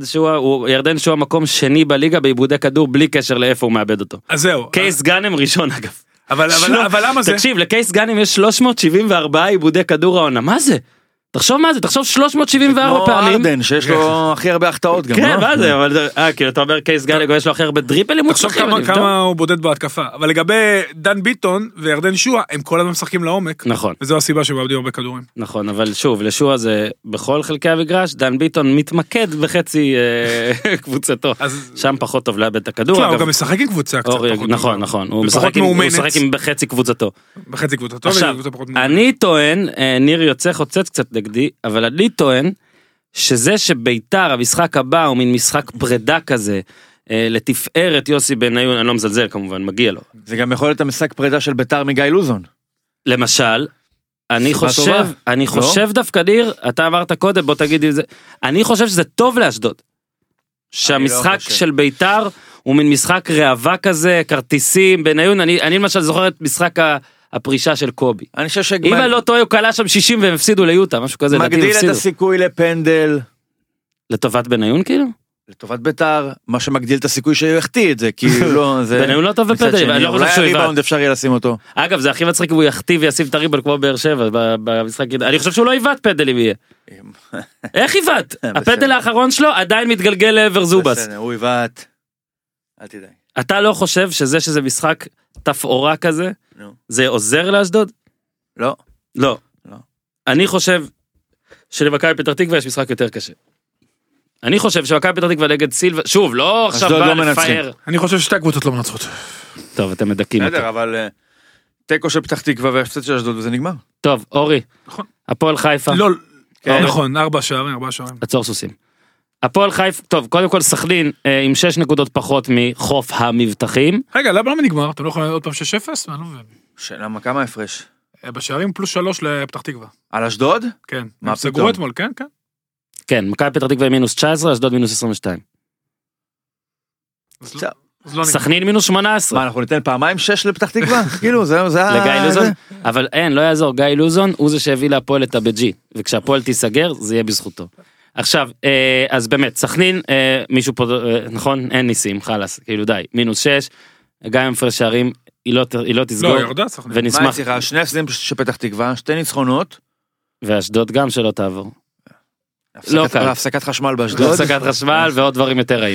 ירדן שועה מקום שני בליגה בעיבודי כדור בלי קשר לאיפה הוא מאבד אותו. אז זהו. קייס גאנם ראשון אגב. אבל למה זה? תקשיב, לקייס גאנם יש 374 עיבודי כדור העונה. מה זה? תחשוב מה זה, תחשוב 374 פעמים. כמו ארדן, שיש לו הכי הרבה החטאות גם. כן, מה זה, אבל כאילו אתה אומר קייס גאנם, יש לו הכי הרבה דריפלים מוצלחים. תחשוב כמה הוא בודד בהתקפה. אבל לגבי דן ביטון וירדן שועה, הם כל הזמן משחקים לעומק. נכון. וזו הסיבה שהם מאבדים הרבה כדורים. נכון, אבל שוב, לשועה זה בכל חלקי המגרש, דן ביטון מתמקד בחצי קבוצתו. שם פחות טוב לאבד את הכדור. הוא גם משחק עם קבוצה קצת פחות. נכון, נכון. הוא משחק עם בחצי קבוצתו. בחצי קבוצתו. עכשיו, אני טוען, ניר יוצא חוצץ קצת נגדי, אבל אני טוען שזה שביתר, המשחק הבא הוא מין משחק פרידה כזה, לתפארת יוסי בניון, אני לא מזלזל כמובן, מגיע לו. זה גם יכול להיות המשחק פרידה של ביתר מגיא לוזון. למשל, אני חושב דווקא ניר, אתה אמרת קודם, בוא תגיד את זה, אני חושב שזה טוב לאשדוד. שהמשחק של ביתר הוא מין משחק רעבה כזה, כרטיסים, בניון, אני למשל זוכר את משחק הפרישה של קובי. אני חושב אם אני לא טועה, הוא קלה שם 60 והם הפסידו ליוטה, משהו כזה. מגדיל את הסיכוי לפנדל. לטובת בניון כאילו? לטובת ביתר, מה שמגדיל את הסיכוי שהוא יחטיא את זה, כאילו לא, זה... בניון לא טוב בפנדל, אולי הריבאונד אפשר יהיה לשים אותו. אגב, זה הכי מצחיק, הוא יחטיא וישים את הריבאונד כמו באר שבע, במשחק, אני חושב שהוא לא יבט פנדל אם יהיה. איך יבט? הפנדל האחרון שלו עדיין מתגלגל לעבר זובס. בסדר, הוא יבט, אל תדאג. אתה לא חושב שזה משחק תפאורה כזה, זה עוזר לאשדוד? לא. לא. אני חושב שלמכבי פתח תקווה יש משחק יותר קשה. אני חושב שמכבי פתח תקווה נגד סילבה, שוב, לא עכשיו בא לפאר. אני חושב שתי הקבוצות לא מנצחות. טוב, אתם מדקים אותי. בסדר, אבל תיקו של פתח תקווה והפסד של אשדוד וזה נגמר. טוב, אורי. נכון. הפועל חיפה. לא, נכון, 4 שערים. עצור סוסים. הפועל חיפה, טוב, קודם כל סכנין עם 6 נקודות פחות מחוף המבטחים. רגע, למה נגמר? אתם לא יכולים עוד פעם 6-0? למה, כמה הפרש? בשערים פלוס 3 לפתח תקווה. על אשדוד? כן. הם סגרו אתמול, כן, כן. כן, מכבי פתח תקווה מינוס 19, אשדוד מינוס 22. סכנין מינוס 18. מה, אנחנו ניתן פעמיים 6 לפתח תקווה? כאילו, זה... לגיא לוזון? אבל אין, לא יעזור, גיא לוזון הוא זה שהביא להפועל את הבג'י, וכשהפועל תיסגר, זה יהיה בזכותו. עכשיו, אז באמת, סכנין, מישהו פה, נכון? אין ניסים, חלס, כאילו די, מינוס 6, גם עם הפרש שערים, היא לא תסגור. לא, ירדה סכנין. ונשמח... מה יצליחה? 2 הפסדים של פתח תקווה, 2 ניצחונות. ואשדוד גם שלא תעבור. הפסקת חשמל באשדוד. הפסקת חשמל ועוד דברים יותר רעים.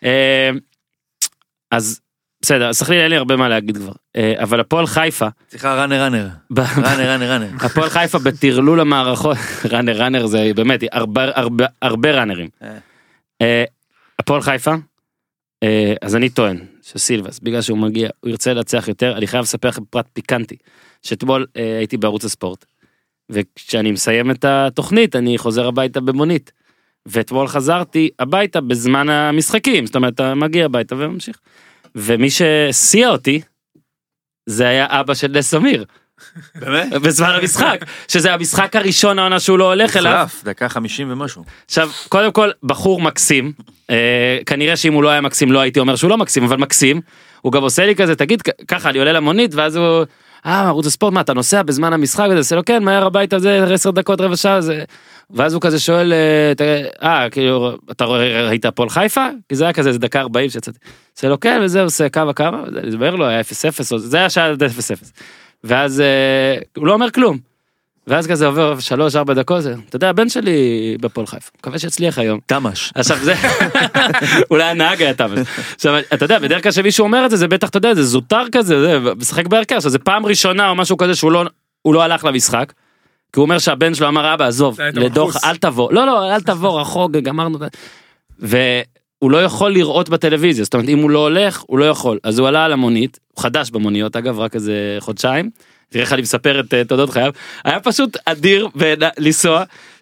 אז בסדר, סכנין אין לי הרבה מה להגיד כבר. אבל הפועל חיפה... צריכה ראנר. הפועל חיפה בתרלול המערכות, ראנר זה באמת, הרבה ראנרים. הפועל חיפה, אז אני טוען שסילבס, בגלל שהוא מגיע, הוא ירצה להצליח יותר, אני חייב לספר לכם פרט פיקנטי, שאתמול הייתי בערוץ הספורט, וכשאני מסיים את התוכנית, אני חוזר הביתה במונית, ואתמול חזרתי הביתה בזמן המשחקים, זאת אומרת, אתה מגיע הביתה וממשיך, ומי שסיע אותי, זה היה אבא של נס אמיר. באמת? בזמן המשחק, שזה המשחק הראשון העונה שהוא לא הולך אליו. דקה 50 ומשהו. עכשיו, קודם כל, בחור מקסים, כנראה שאם הוא לא היה מקסים, לא הייתי אומר שהוא לא מקסים, אבל מקסים, הוא גם עושה לי כזה, תגיד, ככה, אני עולה למונית, ואז הוא, ערוץ הספורט, מה, אתה נוסע בזמן המשחק, וזה עושה לו, כן, מהר הביתה, זה 10 דקות, רבע שעה, ואז הוא כזה שואל, כאילו, אתה ראית הפועל חיפה? כי זה היה כזה, זה דקה 40 שיצאתי. עושה לו, כן, וזה עושה כמה, אני אומר לו, היה 0-0, זה היה שעה 0-0. ואז הוא לא אומר כלום. ואז כזה עובר 3-4 דקות, אתה יודע, הבן שלי בפועל חיפה, מקווה שיצליח היום. תמש. עכשיו זה, אולי הנהג היה תמש. עכשיו, אתה יודע, בדרך כלל שמישהו אומר את זה, זה בטח, אתה יודע, זה זוטר כזה, זה משחק בהרכב, עכשיו זה פעם ראשונה או משהו כזה שהוא לא הלך למשחק, כי הוא אומר שהבן שלו אמר, אבא, עזוב, לדוח, אל תבוא. לא, אל תבוא, רחוק, גמרנו. והוא לא יכול לראות בטלוויזיה, זאת אומרת, אם הוא לא הולך, הוא לא יכול. אז הוא עלה על המונית, הוא חדש במוניות, אגב, רק איזה חודשיים, תראה איך אני מספר את תודות חייו, היה פשוט אדיר לנסוע,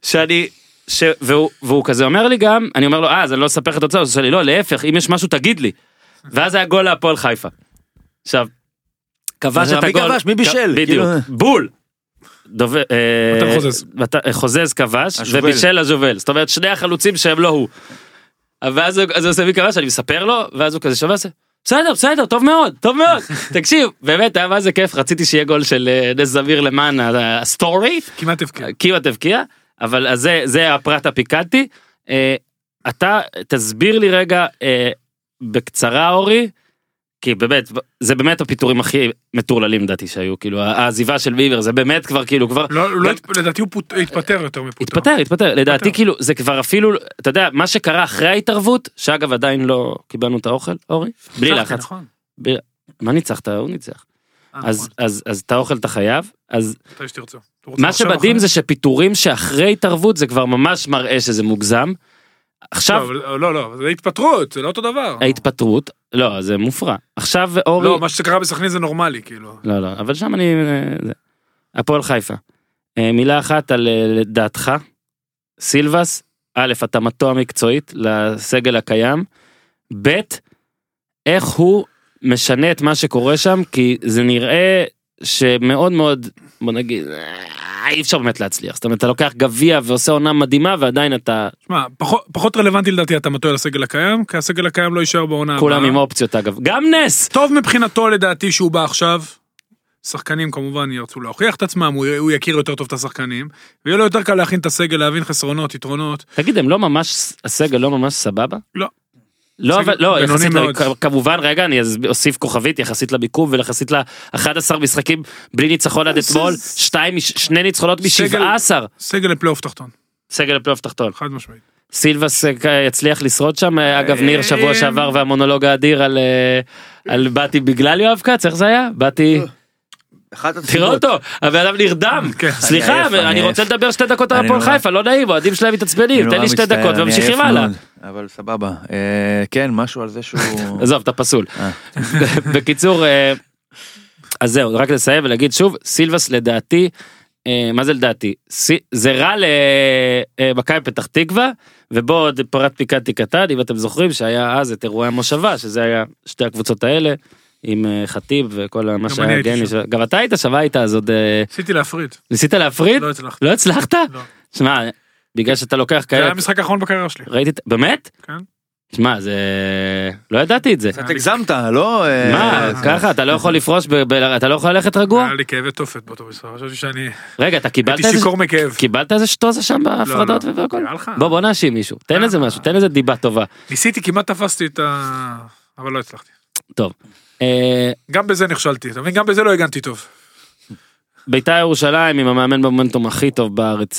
והוא כזה אומר לי גם, אני אומר לו, אז אני לא אספר לך את התוצאה, אז הוא עושה לי, לא, להפך, אם יש משהו, תגיד לי. ואז היה גול להפועל חיפה. עכשיו, כבש את הגול. מי כבש? מי בישל? בדיוק, בול. חוזז כבש, ובישל הז'ובל. זאת אומרת, שני החלוצים שהם לא הוא. ואז הוא עושה מי כבש, אני מספר לו, ואז הוא כזה שווה, בסדר, טוב מאוד, תקשיב, באמת, היה מה זה כיף, רציתי שיהיה גול של נס זמיר למען הסטורי, כמעט הבקיע, אבל זה הפרט הפיקנטי, אתה תסביר לי רגע, בקצרה אורי, כי באמת, זה באמת הפיתורים הכי מטורללים לדעתי שהיו, כאילו, העזיבה של ביבר, זה באמת כבר כאילו, כבר... לא, לדעתי הוא התפטר יותר מפוטר. התפטר, לדעתי כאילו, זה כבר אפילו, אתה יודע, מה שקרה אחרי ההתערבות, שאגב עדיין לא קיבלנו את האוכל, אורי? בלי לחץ. מה ניצחת? הוא ניצח. אז את האוכל אתה חייב, אז... מה שבדהים זה שפיתורים שאחרי התערבות, זה כבר ממש מראה שזה מוגזם, עכשיו... לא, זה התפטרות, זה לא אותו דבר. ההתפטרות, לא, זה מופרע. עכשיו אורי... לא, מה שקרה בסכנין זה נורמלי, כאילו. לא, אבל שם אני... הפועל חיפה. מילה אחת על דעתך, סילבס, א', התאמתו המקצועית לסגל הקיים, ב', איך הוא משנה את מה שקורה שם, כי זה נראה שמאוד מאוד, בוא נגיד, אי אפשר באמת להצליח. זאת אומרת, אתה לוקח גביע ועושה עונה מדהימה, ועדיין אתה... שמע, פחות רלוונטי לדעתי אתה מטוע לסגל הקיים, כי הסגל הקיים לא יישאר בעונה הבאה. כולם עם אופציות אגב. גם נס! טוב מבחינתו לדעתי שהוא בא עכשיו, שחקנים כמובן ירצו להוכיח את עצמם, הוא יכיר יותר טוב את השחקנים, ויהיה לו יותר קל להכין את הסגל, להבין חסרונות, יתרונות. תגיד, הם לא ממש, הסגל לא ממש סבבה? לא. לא, אבל לא, יחסית, כמובן, רגע, אני אוסיף כוכבית, יחסית לביקום, ויחסית ל-11 משחקים, בלי ניצחון עד אתמול, 2 ניצחונות מ-17. סגל לפלייאוף תחתון. סגל לפלייאוף תחתון. חד משמעית. סילבס יצליח לשרוד שם, אגב ניר שבוע שעבר, והמונולוג האדיר על באתי בגלל יואב קץ, איך זה היה? באתי... תראה אותו, הבן אדם נרדם, סליחה, אני רוצה לדבר 2 דקות על הפועל חיפה, לא נעים, אוהדים שלהם מתעצבנים, תן לי 2 דקות וממשיכים הלאה. אבל סבבה, כן, משהו על זה שהוא... עזוב, אתה פסול. בקיצור, אז זהו, רק לסיים ולהגיד שוב, סילבס לדעתי, מה זה לדעתי? זה רע למכבי פתח תקווה, ובו עוד פרט פיקנטי קטן, אם אתם זוכרים שהיה אז את אירועי המושבה, שזה היה 2 הקבוצות האלה, עם חטיב וכל מה שהיה גני, גם אתה היית שווה איתה, אז עוד... ניסיתי להפריד. ניסית להפריד? לא הצלחתי. לא הצלחת? לא. שמע, בגלל שאתה לוקח כאלה... זה היה המשחק האחרון בקריירה שלי. ראיתי, באמת? כן. שמע, זה... לא ידעתי את זה. קצת הגזמת, לא... מה, ככה, אתה לא יכול לפרוש, אתה לא יכול ללכת רגוע? היה לי כאבי תופת באותו משחק, חשבתי שאני... רגע, אתה קיבלת איזה... הייתי שיכור מכאב. קיבלת איזה שטוזה שם בהפרדות והכל? בוא נאשים מישהו, תן איזה משהו, תן איזה דיבה טובה. ניסיתי, כמעט תפסתי את ה... אבל לא הצלחתי. טוב. גם בזה נכשלתי, גם בזה לא הגנתי טוב. בית"ר ירושלים עם המאמן במומנטום הכי טוב בארץ,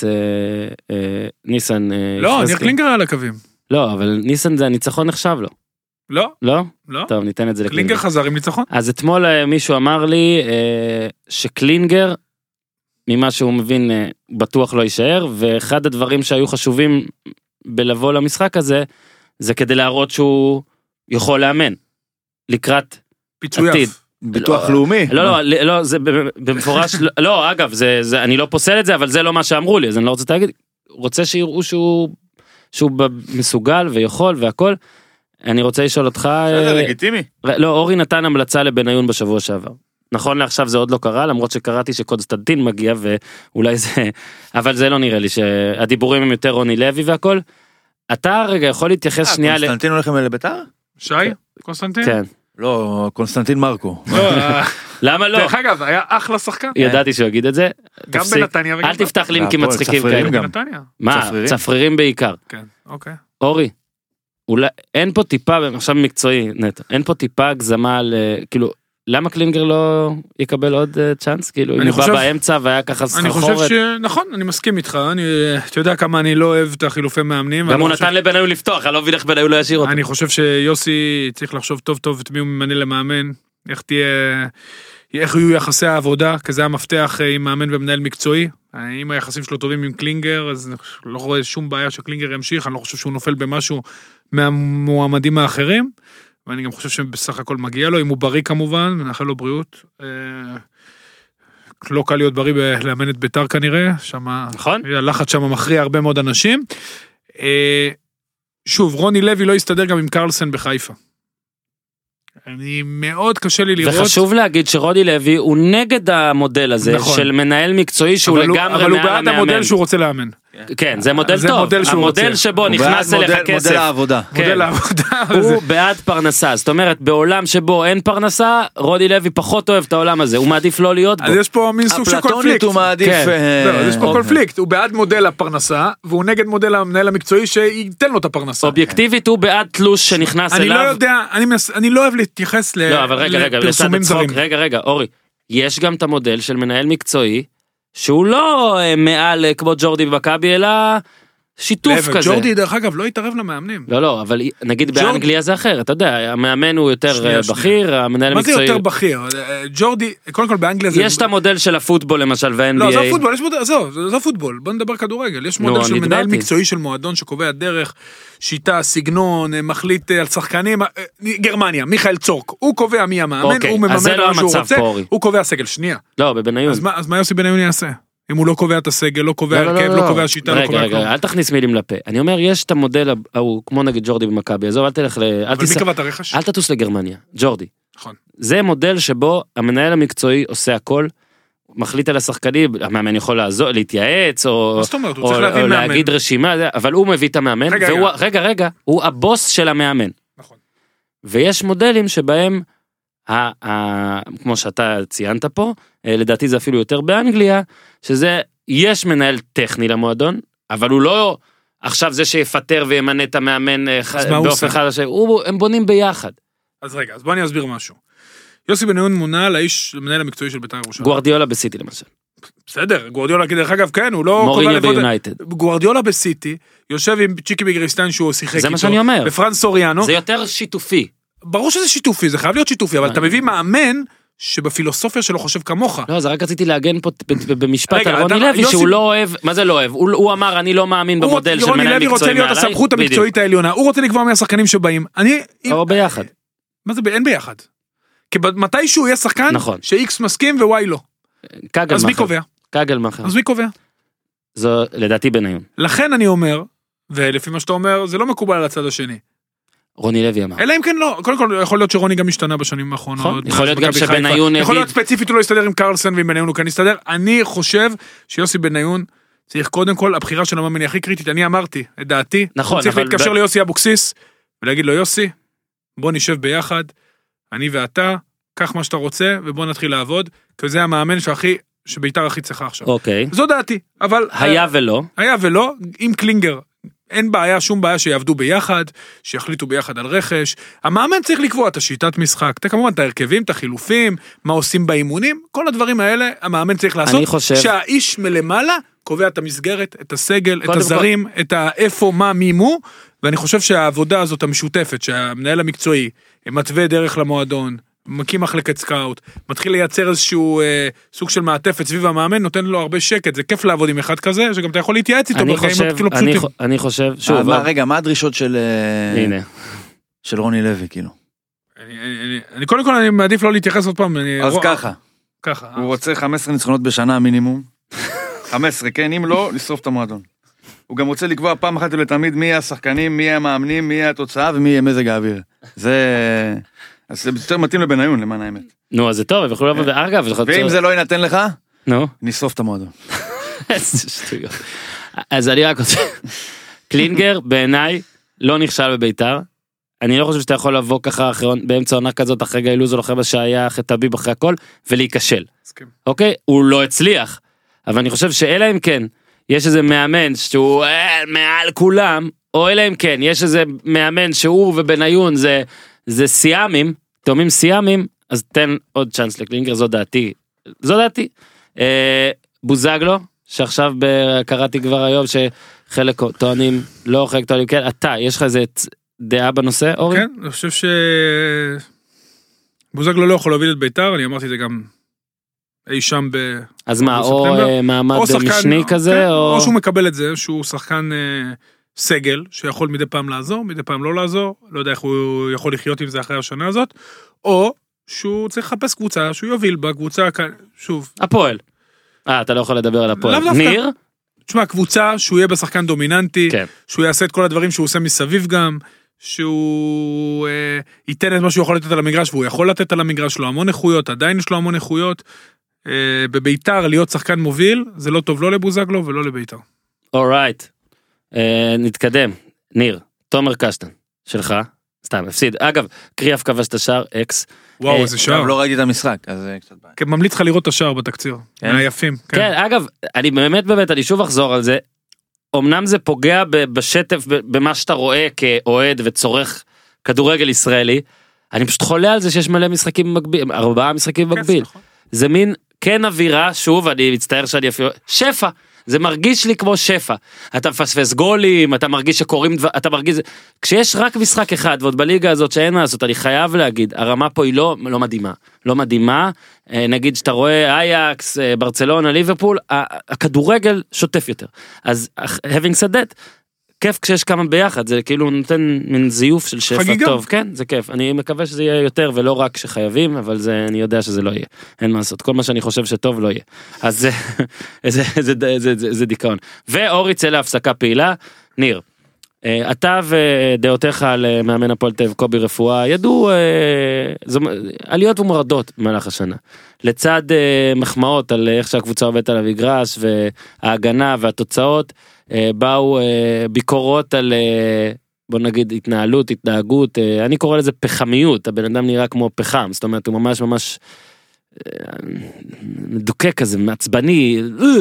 ניסן... לא, ניר קלינגר על הקווים. לא, אבל ניסן זה הניצחון נחשב לו. לא. לא? לא. טוב, ניתן את זה לקלינגר. קלינגר חזר עם ניצחון. אז אתמול מישהו אמר לי שקלינגר, ממה שהוא מבין, בטוח לא יישאר, ואחד הדברים שהיו חשובים בלבוא למשחק הזה, זה כדי להראות שהוא יכול לאמן. לקראת עתיד. ביטוח לאומי. לא, זה במפורש, לא, אגב, אני לא פוסל את זה, אבל זה לא מה שאמרו לי, אז אני לא רוצה להגיד, רוצה שיראו שהוא מסוגל ויכול והכל. אני רוצה לשאול אותך... זה לגיטימי. לא, אורי נתן המלצה לבניון בשבוע שעבר. נכון לעכשיו זה עוד לא קרה, למרות שקראתי שקונסטנטין מגיע, ואולי זה... אבל זה לא נראה לי שהדיבורים הם יותר רוני לוי והכל. אתה רגע יכול להתייחס שנייה... קונסטנטין הולך לבית"ר? שי? קונסטנטין? כן. לא, קונסטנטין מרקו. למה לא? דרך אגב, היה אחלה שחקן. ידעתי שהוא יגיד את זה. גם בנתניה וגם... אל תפתח לינקים מצחיקים כאלה. בנתניה. מה? צפרירים בעיקר. כן, אוקיי. אורי, אין פה טיפה, עכשיו מקצועי נטו, אין פה טיפה הגזמה על, כאילו, למה קלינגר לא יקבל עוד צ'אנס? כאילו, אם הוא בא באמצע והיה ככה סחרחורת. אני חושב שנכון, אני מסכים איתך, אתה יודע כמה אני לא אוהב את החילופי מאמנים. גם הוא נתן לבניון לפתוח, אני לא מבין איך בניון לא ישאיר אותו. אני חושב שיוסי צריך לחשוב טוב טוב את מי הוא ממנה למאמן, איך יהיו יחסי העבודה, כי זה המפתח עם מאמן ומנהל מקצועי. אם היחסים שלו טובים עם קלינגר, אז אני לא רואה שום בעיה שקלינגר ימשיך, אני לא חושב שהוא נופל במשהו מהמועמדים האחרים, ואני גם חושב שבסך הכל מגיע לו, אם הוא בריא כמובן, ונאחל לו בריאות. לא קל להיות בריא לאמן את בית"ר כנראה, נכון? הלחץ שם מכריע הרבה מאוד אנשים. שוב, רוני לוי לא יסתדר גם עם קרלסן בחיפה. אני מאוד קשה לי לראות. וחשוב להגיד שרוני לוי הוא נגד המודל הזה, נכון. של מנהל מקצועי שהוא לגמרי מעל המאמן. אבל הוא בעד המודל שהוא רוצה לאמן. כן, זה מודל טוב. המודל שבו נכנס אליך כסף. מודל העבודה. מודל העבודה. הוא בעד פרנסה. זאת אומרת, בעולם שבו אין פרנסה, רוני לוי פחות אוהב את העולם הזה. הוא מעדיף לא להיות בו. אז יש פה מין סוג של קונפליקט. הוא מעדיף... יש פה קונפליקט. הוא בעד מודל הפרנסה, והוא נגד מודל המנהל המקצועי שייתן לו את הפרנסה. אובייקטיבית הוא בעד תלוש שנכנס אליו. אני לא יודע, אני לא אוהב להתייחס לפרסומים זרים. רגע, אורי. יש גם את המודל של מנהל מקצועי שהוא לא מעל כמו ג'ורדי במכבי, אלא שיתוף כזה. ג'ורדי דרך אגב לא יתערב למאמנים. לא, אבל נגיד באנגליה זה אחר, אתה יודע, המאמן הוא יותר בכיר, המנהל המקצועי... מה זה יותר בכיר? ג'ורדי, קודם כל באנגליה זה... יש את המודל של הפוטבול למשל, וה-NBA... לא, זה הפוטבול, זה פוטבול, בוא נדבר כדורגל, יש מודל של מנהל מקצועי של מועדון שקובע דרך, שיטה, סגנון, מחליט על שחקנים, גרמניה, מיכאל צורק, הוא קובע מי המאמן, הוא מממן מה שהוא רוצה, הוא קובע סגל, שנייה. לא, בבניון. אז מה יוסי בניון יעשה? אם הוא לא קובע את הסגל, לא קובע הרכב, לא קובע שיטה, לא קובע כלום. רגע, אל תכניס מילים לפה. אני אומר, יש את המודל ההוא, כמו נגיד ג'ורדי במכבי, עזוב, אל תלך אבל מי קבע את הרכש? אל תטוס לגרמניה, ג'ורדי. נכון. זה מודל שבו המנהל המקצועי עושה הכל, מחליט על השחקנים, המאמן יכול לעזור, להתייעץ, או להגיד רשימה, אבל הוא מביא את המאמן, רגע, הוא הבוס של המאמן. נכון. ויש מודלים שבהם, כמו שאתה ציינת פה, לדעתי זה אפילו יותר באנגליה, שזה, יש מנהל טכני למועדון, אבל הוא לא, עכשיו זה שיפטר וימנה את המאמן באופן חדש, הם בונים ביחד. אז רגע, אז בוא אני אסביר משהו. יוסי בניון מונה לאיש המנהל המקצועי של בית"ר ירושלים. גוארדיולה בסיטי למשל. בסדר, גוארדיולה דרך אגב כן, הוא לא... מוריניו ביונייטד. גוארדיולה בסיטי, יושב עם צ'יקי בגריסטן שהוא שיחק איתו. זה מה שאני אומר. בפרנס סוריאנו. זה יותר שיתופי. ברור שזה שיתופי, זה חייב להיות שיתופי, אבל אתה מביא מאמן שבפילוסופיה שלו חושב כמוך. לא, זה רק רציתי להגן פה במשפט על רוני לוי, שהוא לא אוהב, מה זה לא אוהב? הוא אמר, אני לא מאמין במודל של מנהל מקצועי מעליי. רוני לוי רוצה להיות הסמכות המקצועית העליונה, הוא רוצה לקבוע מהשחקנים שבאים. או ביחד. מה זה, אין ביחד. כי מתישהו יהיה שחקן ש-X מסכים ו-Y לא. אז מי קובע? קגלמאכר. אז מי קובע? זו לדעתי בניון. לכן אני אומר, ולפי מה שאתה אומר, זה לא מקובל על הצד השני. רוני לוי אמר. אלא אם כן לא, קודם כל יכול להיות שרוני גם השתנה בשנים האחרונות. יכול להיות גם שבניון יכול להיות ספציפית הוא לא יסתדר עם קרלסן ועם בניון הוא כאן יסתדר. אני חושב שיוסי בניון צריך קודם כל, הבחירה של המאמן הכי קריטית, אני אמרתי את דעתי, נכון, צריך להתקשר ליוסי אבוקסיס ולהגיד לו יוסי, בוא נשב ביחד, אני ואתה, קח מה שאתה רוצה ובוא נתחיל לעבוד, כי זה המאמן שביתר הכי צריכה עכשיו. אוקיי. זו דעתי, אבל... היה ולא, עם קלינגר, אין בעיה, שום בעיה שיעבדו ביחד, שיחליטו ביחד על רכש. המאמן צריך לקבוע את השיטת משחק, כמובן את ההרכבים, את החילופים, מה עושים באימונים, כל הדברים האלה, המאמן צריך לעשות, שהאיש מלמעלה קובע את המסגרת, את הסגל, את הזרים, את איפה, מה, מי, מו, ואני חושב שהעבודה הזאת המשותפת, שהמנהל המקצועי מתווה דרך למועדון, מקים מחלקת סקאוט, מתחיל לייצר איזשהו סוג של מעטפת סביב המאמן, נותן לו הרבה שקט, זה כיף לעבוד עם אחד כזה, שגם אתה יכול להתייעץ איתו בחיים אפילו פשוטים. אני חושב, שוב, רגע, מה הדרישות של רוני לוי, כאילו? אני קודם כל, אני מעדיף לא להתייחס עוד פעם. אז ככה. הוא רוצה 15 ניצחונות בשנה מינימום. 15, כן, אם לא, לשרוף את המועדון. הוא גם רוצה לקבוע פעם אחת ולתמיד מי השחקנים, מי המאמנים, מי התוצאה ומי יהיה מזג האוויר. אז זה יותר מתאים לבניון, למען האמת. נו, אז זה טוב, יכולו לבוא, אגב, ואם זה לא ינתן לך, נו, נשרוף את המועדון. איזה שטויות. אז אני רק רוצה, קלינגר בעיניי לא נכשל בביתר, אני לא חושב שאתה יכול לבוא ככה באמצע עונה כזאת, אחרי גיא לוזון, אחרי מה שהיה, אחרי טביב, אחרי הכל, ולהיכשל. אוקיי? הוא לא הצליח, אבל אני חושב שאלה אם כן, יש איזה מאמן שהוא מעל כולם, או אלא אם כן, יש איזה מאמן שהוא ובניון זה סיאמים, תאומים סיאמים, אז תן עוד צ'אנס לקלינגר, זו דעתי. בוזגלו, שעכשיו קראתי כבר היום, שחלק טוענים, לא חלק טוענים, כן, אתה, יש לך איזה דעה בנושא, אורי? כן, אני חושב בוזגלו לא יכול להוביל את ביתר, אני אמרתי את זה גם אי שם אז מה, או מעמד משני כזה, או שהוא מקבל את זה, שהוא שחקן סגל, שיכול מדי פעם לעזור, מדי פעם לא לעזור, לא יודע איך הוא יכול לחיות עם זה אחרי השנה הזאת, או שהוא צריך לחפש קבוצה, שהוא יוביל בקבוצה, שוב. הפועל. אתה לא יכול לדבר על הפועל. ניר? תשמע, קבוצה שהוא יהיה בשחקן דומיננטי, שהוא יעשה את כל הדברים שהוא עושה מסביב גם, שהוא ייתן את מה שהוא יכול לתת על המגרש, והוא יכול לתת על המגרש שלו המון איכויות, עדיין יש לו המון איכויות, בביתר להיות שחקן מוביל, זה לא טוב לא לבוזגלו ולא לביתר. אורייט. נתקדם, ניר, תומר קשטן, שלך, סתם, הפסיד, אגב, קריאף כבש את השער, אקס. וואו, איזה שער. לא ראיתי את המשחק, אז זה קצת בעיה. כן, ממליץ לך לראות את השער בתקציר, מהיפים. כן, אגב, אני באמת, אני שוב אחזור על זה, אמנם זה פוגע בשטף, במה שאתה רואה כאוהד וצורך כדורגל ישראלי, אני פשוט חולה על זה שיש מלא משחקים במקביל, 4 משחקים במקביל. זה מין, כן אווירה, שוב, אני מצטער שאני אפילו, שפע. זה מרגיש לי כמו שפע, אתה מפספס גולים, אתה מרגיש שקוראים דבר, אתה מרגיש, כשיש רק משחק אחד, ועוד בליגה הזאת שאין מה לעשות, אני חייב להגיד, הרמה פה היא לא מדהימה, נגיד שאתה רואה אייקס, ברצלונה, ליברפול, הכדורגל שוטף יותר, אז having said that, כיף כשיש כמה ביחד, זה כאילו נותן מין זיוף של שפע טוב, כן, זה כיף, אני מקווה שזה יהיה יותר ולא רק שחייבים, אבל אני יודע שזה לא יהיה, אין מה לעשות, כל מה שאני חושב שטוב לא יהיה, אז זה דיכאון, ואור יצא להפסקה פעילה, ניר, אתה ודעותיך על מאמן הפועל תל אביב קובי רפואה ידעו עליות ומורדות במהלך השנה, לצד מחמאות על איך שהקבוצה עובדת על המגרש וההגנה והתוצאות, באו ביקורות על בוא נגיד התנהלות, התנהגות, אני קורא לזה פחמיות, הבן אדם נראה כמו פחם, זאת אומרת הוא ממש ממש מדוכא כזה, מעצבני,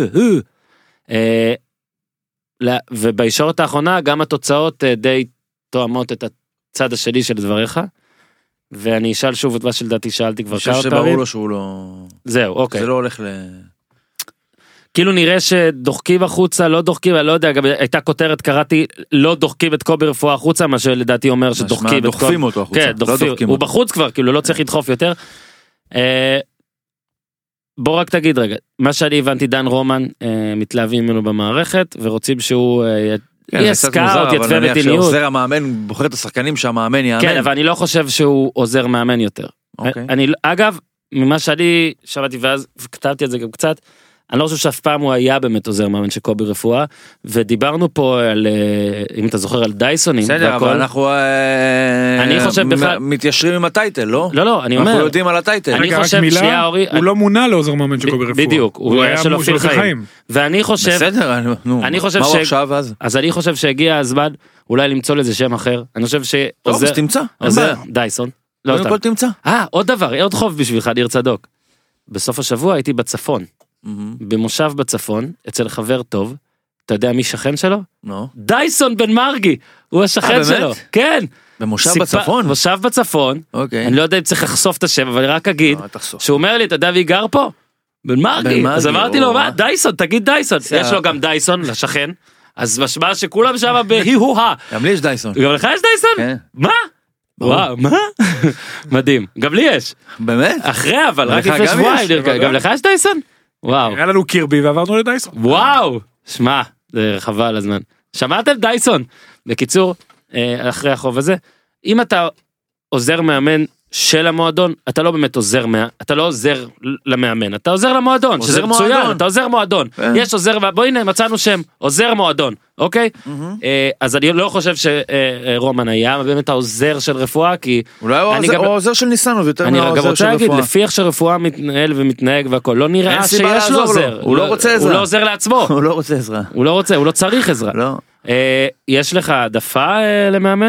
ובישורת האחרונה גם התוצאות די תואמות את הצד השני של דבריך, ואני אשאל שוב את מה שלדעתי שאלתי כבר כמה פעמים. שברור לו שהוא לא... זהו, אוקיי. זה לא הולך כאילו נראה שדוחקים החוצה, לא דוחקים, אני לא יודע, גם הייתה כותרת, קראתי, לא דוחקים את קובי רפואה החוצה, מה שלדעתי אומר שדוחקים את קובי. דוחפים אותו החוצה. כן, דוחפים, הוא בחוץ כבר, כאילו לא צריך לדחוף יותר. בוא רק תגיד רגע, מה שאני הבנתי, דן רומן מתלהבים ממנו במערכת, ורוצים שהוא יהיה סקאוט, יתווה מדיניות. שעוזר המאמן, בוחר את השחקנים שהמאמן יאמן. כן, אבל אני לא חושב שהוא עוזר מאמן יותר. אגב, ממה שאני שמעתי ואז כתבתי את זה גם קצת, אני לא חושב שאף פעם הוא היה באמת עוזר מאמן של קובי רפואה, ודיברנו פה על, אם אתה זוכר, על דייסונים. בסדר, אבל אנחנו מתיישרים עם הטייטל, לא? לא, אני אומר. אנחנו יודעים על הטייטל. אני חושב, שנייה, אורי. הוא לא מונה לעוזר מאמן של קובי רפואה. בדיוק, הוא היה של אופיר חיים. ואני חושב, בסדר, נו, מה הוא עכשיו אז? אז אני חושב שהגיע הזמן, אולי למצוא לזה שם אחר. אני חושב שעוזר. טוב, אז תמצא. דייסון. לא תמצא. עוד דבר, עוד חוב בשבילך, ניר צדוק. בסוף השבוע הייתי בצפון. במושב בצפון, אצל חבר טוב, אתה יודע מי שכן שלו? לא. דייסון בן מרגי, הוא השכן שלו. כן. במושב בצפון? מושב בצפון. אוקיי. אני לא יודע אם צריך לחשוף את השם, אבל אני רק אגיד, שהוא אומר לי, אתה יודע מי גר פה? בן מרגי. אז אמרתי לו, מה? דייסון, תגיד דייסון. יש לו גם דייסון, לשכן. אז משמע שכולם שם בהיהוהה. גם לי יש דייסון. גם לך יש דייסון? כן. מה? וואו, מה? מדהים. גם לי יש. באמת? אחרי, אבל רק לפני שבועיים. גם לך יש דייסון? וואו. היה לנו קירבי ועברנו לדייסון. וואו. שמע, זה חבל הזמן. שמעתם דייסון? בקיצור, אחרי החוב הזה, אם אתה עוזר מאמן של המועדון, אתה לא באמת עוזר, אתה לא עוזר למאמן, אתה עוזר למועדון, שזה מצוין, אתה עוזר מועדון. יש עוזר, בוא הנה, מצאנו שם, עוזר מועדון, אוקיי? אז אני לא חושב שרומן היה באמת העוזר של רפואה, כי... אולי הוא העוזר של ניסנוב, יותר מהעוזר של רפואה. אני גם רוצה להגיד, לפי איך שרפואה מתנהל ומתנהג והכל, לא נראה שיש לו עוזר. הוא לא רוצה עזרה. הוא לא עוזר לעצמו. הוא לא רוצה עזרה. הוא לא צריך עזרה. לא. יש לך העדפה למאמן?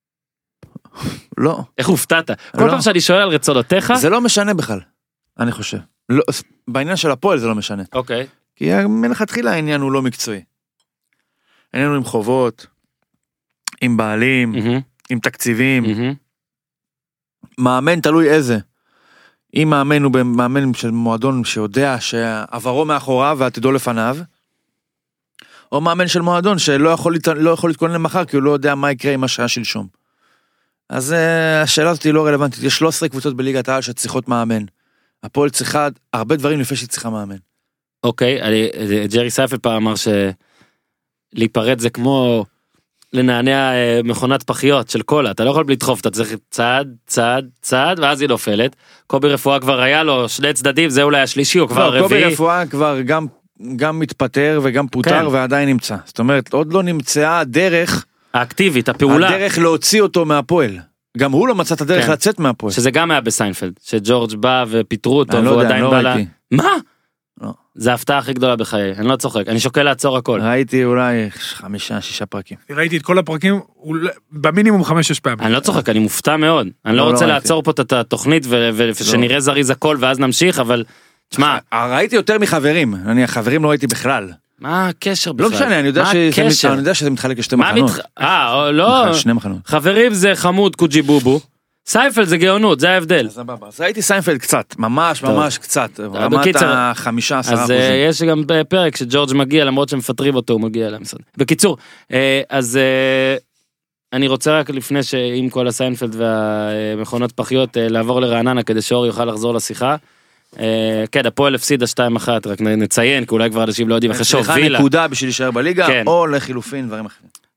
לא. איך הופתעת? כל פעם שאני שואל על רצונותיך... זה לא משנה בכלל, אני חושב. בעניין של הפועל זה לא משנה. אוקיי. כי מלכתחילה העניין הוא לא מקצועי. העניין הוא עם חובות, עם בעלים, עם תקציבים. מאמן תלוי איזה. אם מאמן הוא מאמן של מועדון שיודע שעברו מאחוריו ועתידו לפניו, או מאמן של מועדון שלא יכול להתכונן למחר, כי הוא לא יודע מה יקרה עם השעה שלשום. אז השאלה הזאת היא לא רלוונטית, יש 13 קבוצות בליגת העל שצריכות מאמן. הפועל צריכה הרבה דברים לפני שהיא צריכה מאמן. אוקיי, ג'רי סייפל פעם אמר שלהיפרד זה כמו לנענע מכונת פחיות של קולה, אתה לא יכול לדחוף, אתה צריך צעד, צעד, צעד, ואז היא נופלת. קובי רפואה כבר היה לו שני צדדים, זה אולי השלישי, הוא כבר רביעי. קובי רפואה כבר גם מתפטר וגם פוטר ועדיין נמצא. זאת אומרת, עוד לא נמצאה הדרך... האקטיבית, הפעולה. הדרך להוציא אותו מהפועל. גם הוא לא מצא את הדרך לצאת מהפועל. שזה גם היה בסיינפלד, שג'ורג' בא ופיטרו אותו, והוא עדיין בא לה... מה? זה ההפתעה הכי גדולה בחיי, אני לא צוחק, אני שוקל לעצור הכל. ראיתי אולי 5-6 פרקים. ראיתי את כל הפרקים, במינימום 5-6 פעמים. אני לא צוחק, אני מופתע מאוד. אני לא רוצה לעצור פה את התוכנית, ושנראה זריז הכל, ואז נמשיך, אבל... תשמע... ראיתי יותר מחברים, חברים לא ראיתי בכלל. מה הקשר בכלל? לא משנה, אני יודע שזה מתחלק לשתי מחנות. לא. שני מחנות. חברים זה חמוד קוג'י בובו. סיינפלד זה גאונות, זה ההבדל. אז ראיתי סיינפלד קצת, ממש קצת. רמת ה-5-10%. אז יש גם פרק שג'ורג' מגיע, למרות שמפטרים אותו, הוא מגיע למשרד. בקיצור, אז אני רוצה רק לפני שעם כל הסיינפלד והמכונות פחיות, לעבור לרעננה כדי שאור יוכל לחזור לשיחה. כן, הפועל הפסידה 2-1, רק נציין, כי אולי כבר אנשים לא יודעים אחרי שהובילה. נקודה בשביל להישאר בליגה, או לחילופין, דברים אחרים.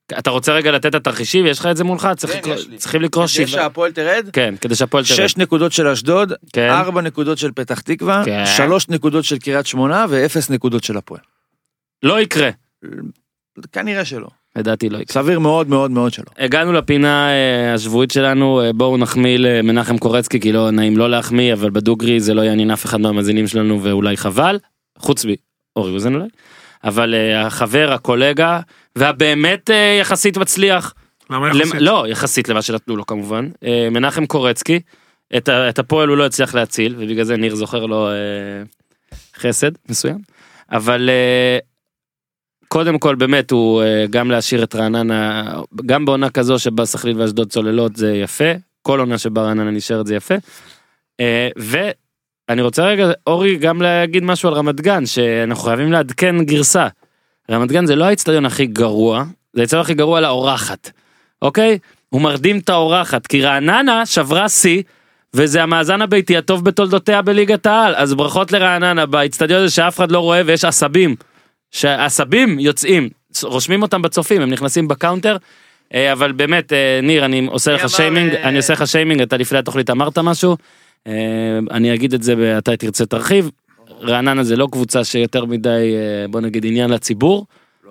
אתה רוצה רגע לתת את התרחישים, יש לך את זה מולך? צריכים לקרוא כדי שהפועל תרד? כן, כדי שהפועל תרד. 6 נקודות של אשדוד, 4 נקודות של פתח תקווה, 3 נקודות של קריית שמונה, ו0 נקודות של הפועל. לא יקרה. כנראה שלא. לדעתי לא יקרה. סביר מאוד מאוד מאוד שלא. הגענו לפינה השבועית שלנו, בואו נחמיא למנחם קורצקי, כי לא נעים לא להחמיא, אבל בדוגרי זה לא יעניין אף אחד מהמאזינים שלנו, ואולי חבל, חוץ אורי אוזן אולי, אבל החבר, הקולגה, והבאמת יחסית מצליח. למה יחסית? לא, יחסית למה שנתנו לו כמובן. מנחם קורצקי, את הפועל הוא לא הצליח להציל, ובגלל זה ניר זוכר לו חסד מסוים, אבל קודם כל באמת הוא גם להשאיר את רעננה, גם בעונה כזו שבה סכנין ואשדוד צוללות זה יפה, כל עונה שבה רעננה נשארת זה יפה, ואני רוצה רגע, אורי, גם להגיד משהו על רמת גן, שאנחנו חייבים לעדכן גרסה. רמת גן זה לא האצטדיון הכי גרוע, זה האצטדיון הכי גרוע לאורחת, אוקיי? הוא מרדים את האורחת, כי רעננה שברה שיא, וזה המאזן הביתי הטוב בתולדותיה בליגת העל, אז ברכות לרעננה, באצטדיון הזה שאף אחד לא רואה ויש עשבים, שהעשבים יוצאים, רושמים אותם בצופים, הם נכנסים בקאונטר, אבל באמת, ניר, אני עושה לך שיימינג, אני עושה לך שיימינג, אתה לפני התוכנית אמרת משהו, אני אגיד את זה, ואתה תרצה תרחיב, רעננה זה לא קבוצה שיותר מדי, בוא נגיד, עניין לציבור,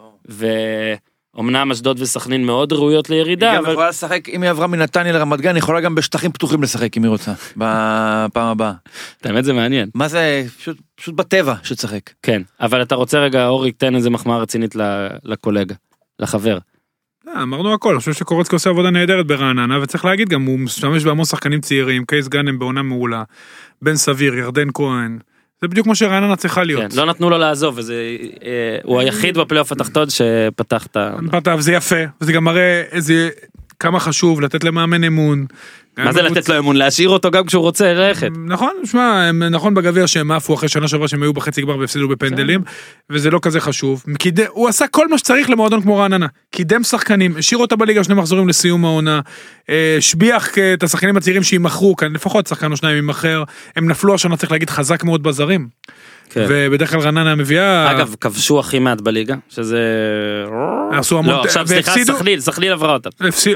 ואומנם אשדוד וסכנין מאוד ראויות לירידה, היא גם יכולה לשחק, אם היא עברה מנתניה לרמת גן, היא יכולה גם בשטחים פתוחים לשחק, אם היא רוצה, בפעם הבאה. האמת זה מעניין. מה זה, פשוט בטבע שתשחק. כן, אבל אתה רוצה רגע, אורי, תן איזה מחמאה רצינית לקולגה, לחבר. אמרנו הכל, אני חושב שקורצקי עושה עבודה נהדרת ברעננה, וצריך להגיד גם, הוא משתמש בהמון שחקנים צעירים, קייס גאנם בעונה מעולה, בן סביר, ירדן כהן, זה בדיוק כמו שרעננה צריכה להיות. כן, לא נתנו לו לעזוב, הוא היחיד בפלייאוף התחתון שפתח את ה... זה יפה, וזה גם מראה כמה חשוב לתת למאמן אמון. מה זה לתת לו אמון? להשאיר אותו גם כשהוא רוצה ללכת. נכון, שמע, נכון בגביע שהם עפו אחרי שנה שעברה שהם היו בחצי גמר והפסידו בפנדלים, וזה לא כזה חשוב. הוא עשה כל מה שצריך למועדון כמו רעננה. קידם שחקנים, השאיר אותה בליגה 2 מחזורים לסיום העונה, שביח את השחקנים הצעירים שימחרו, כאן לפחות שחקן או שניים ימחר, הם נפלו השנה, צריך להגיד, חזק מאוד בזרים. ובדרך כלל רעננה מביאה... אגב, כבשו הכי מעט בליגה, שזה... לא, עכשיו סליחה, סכנין עברה אותה.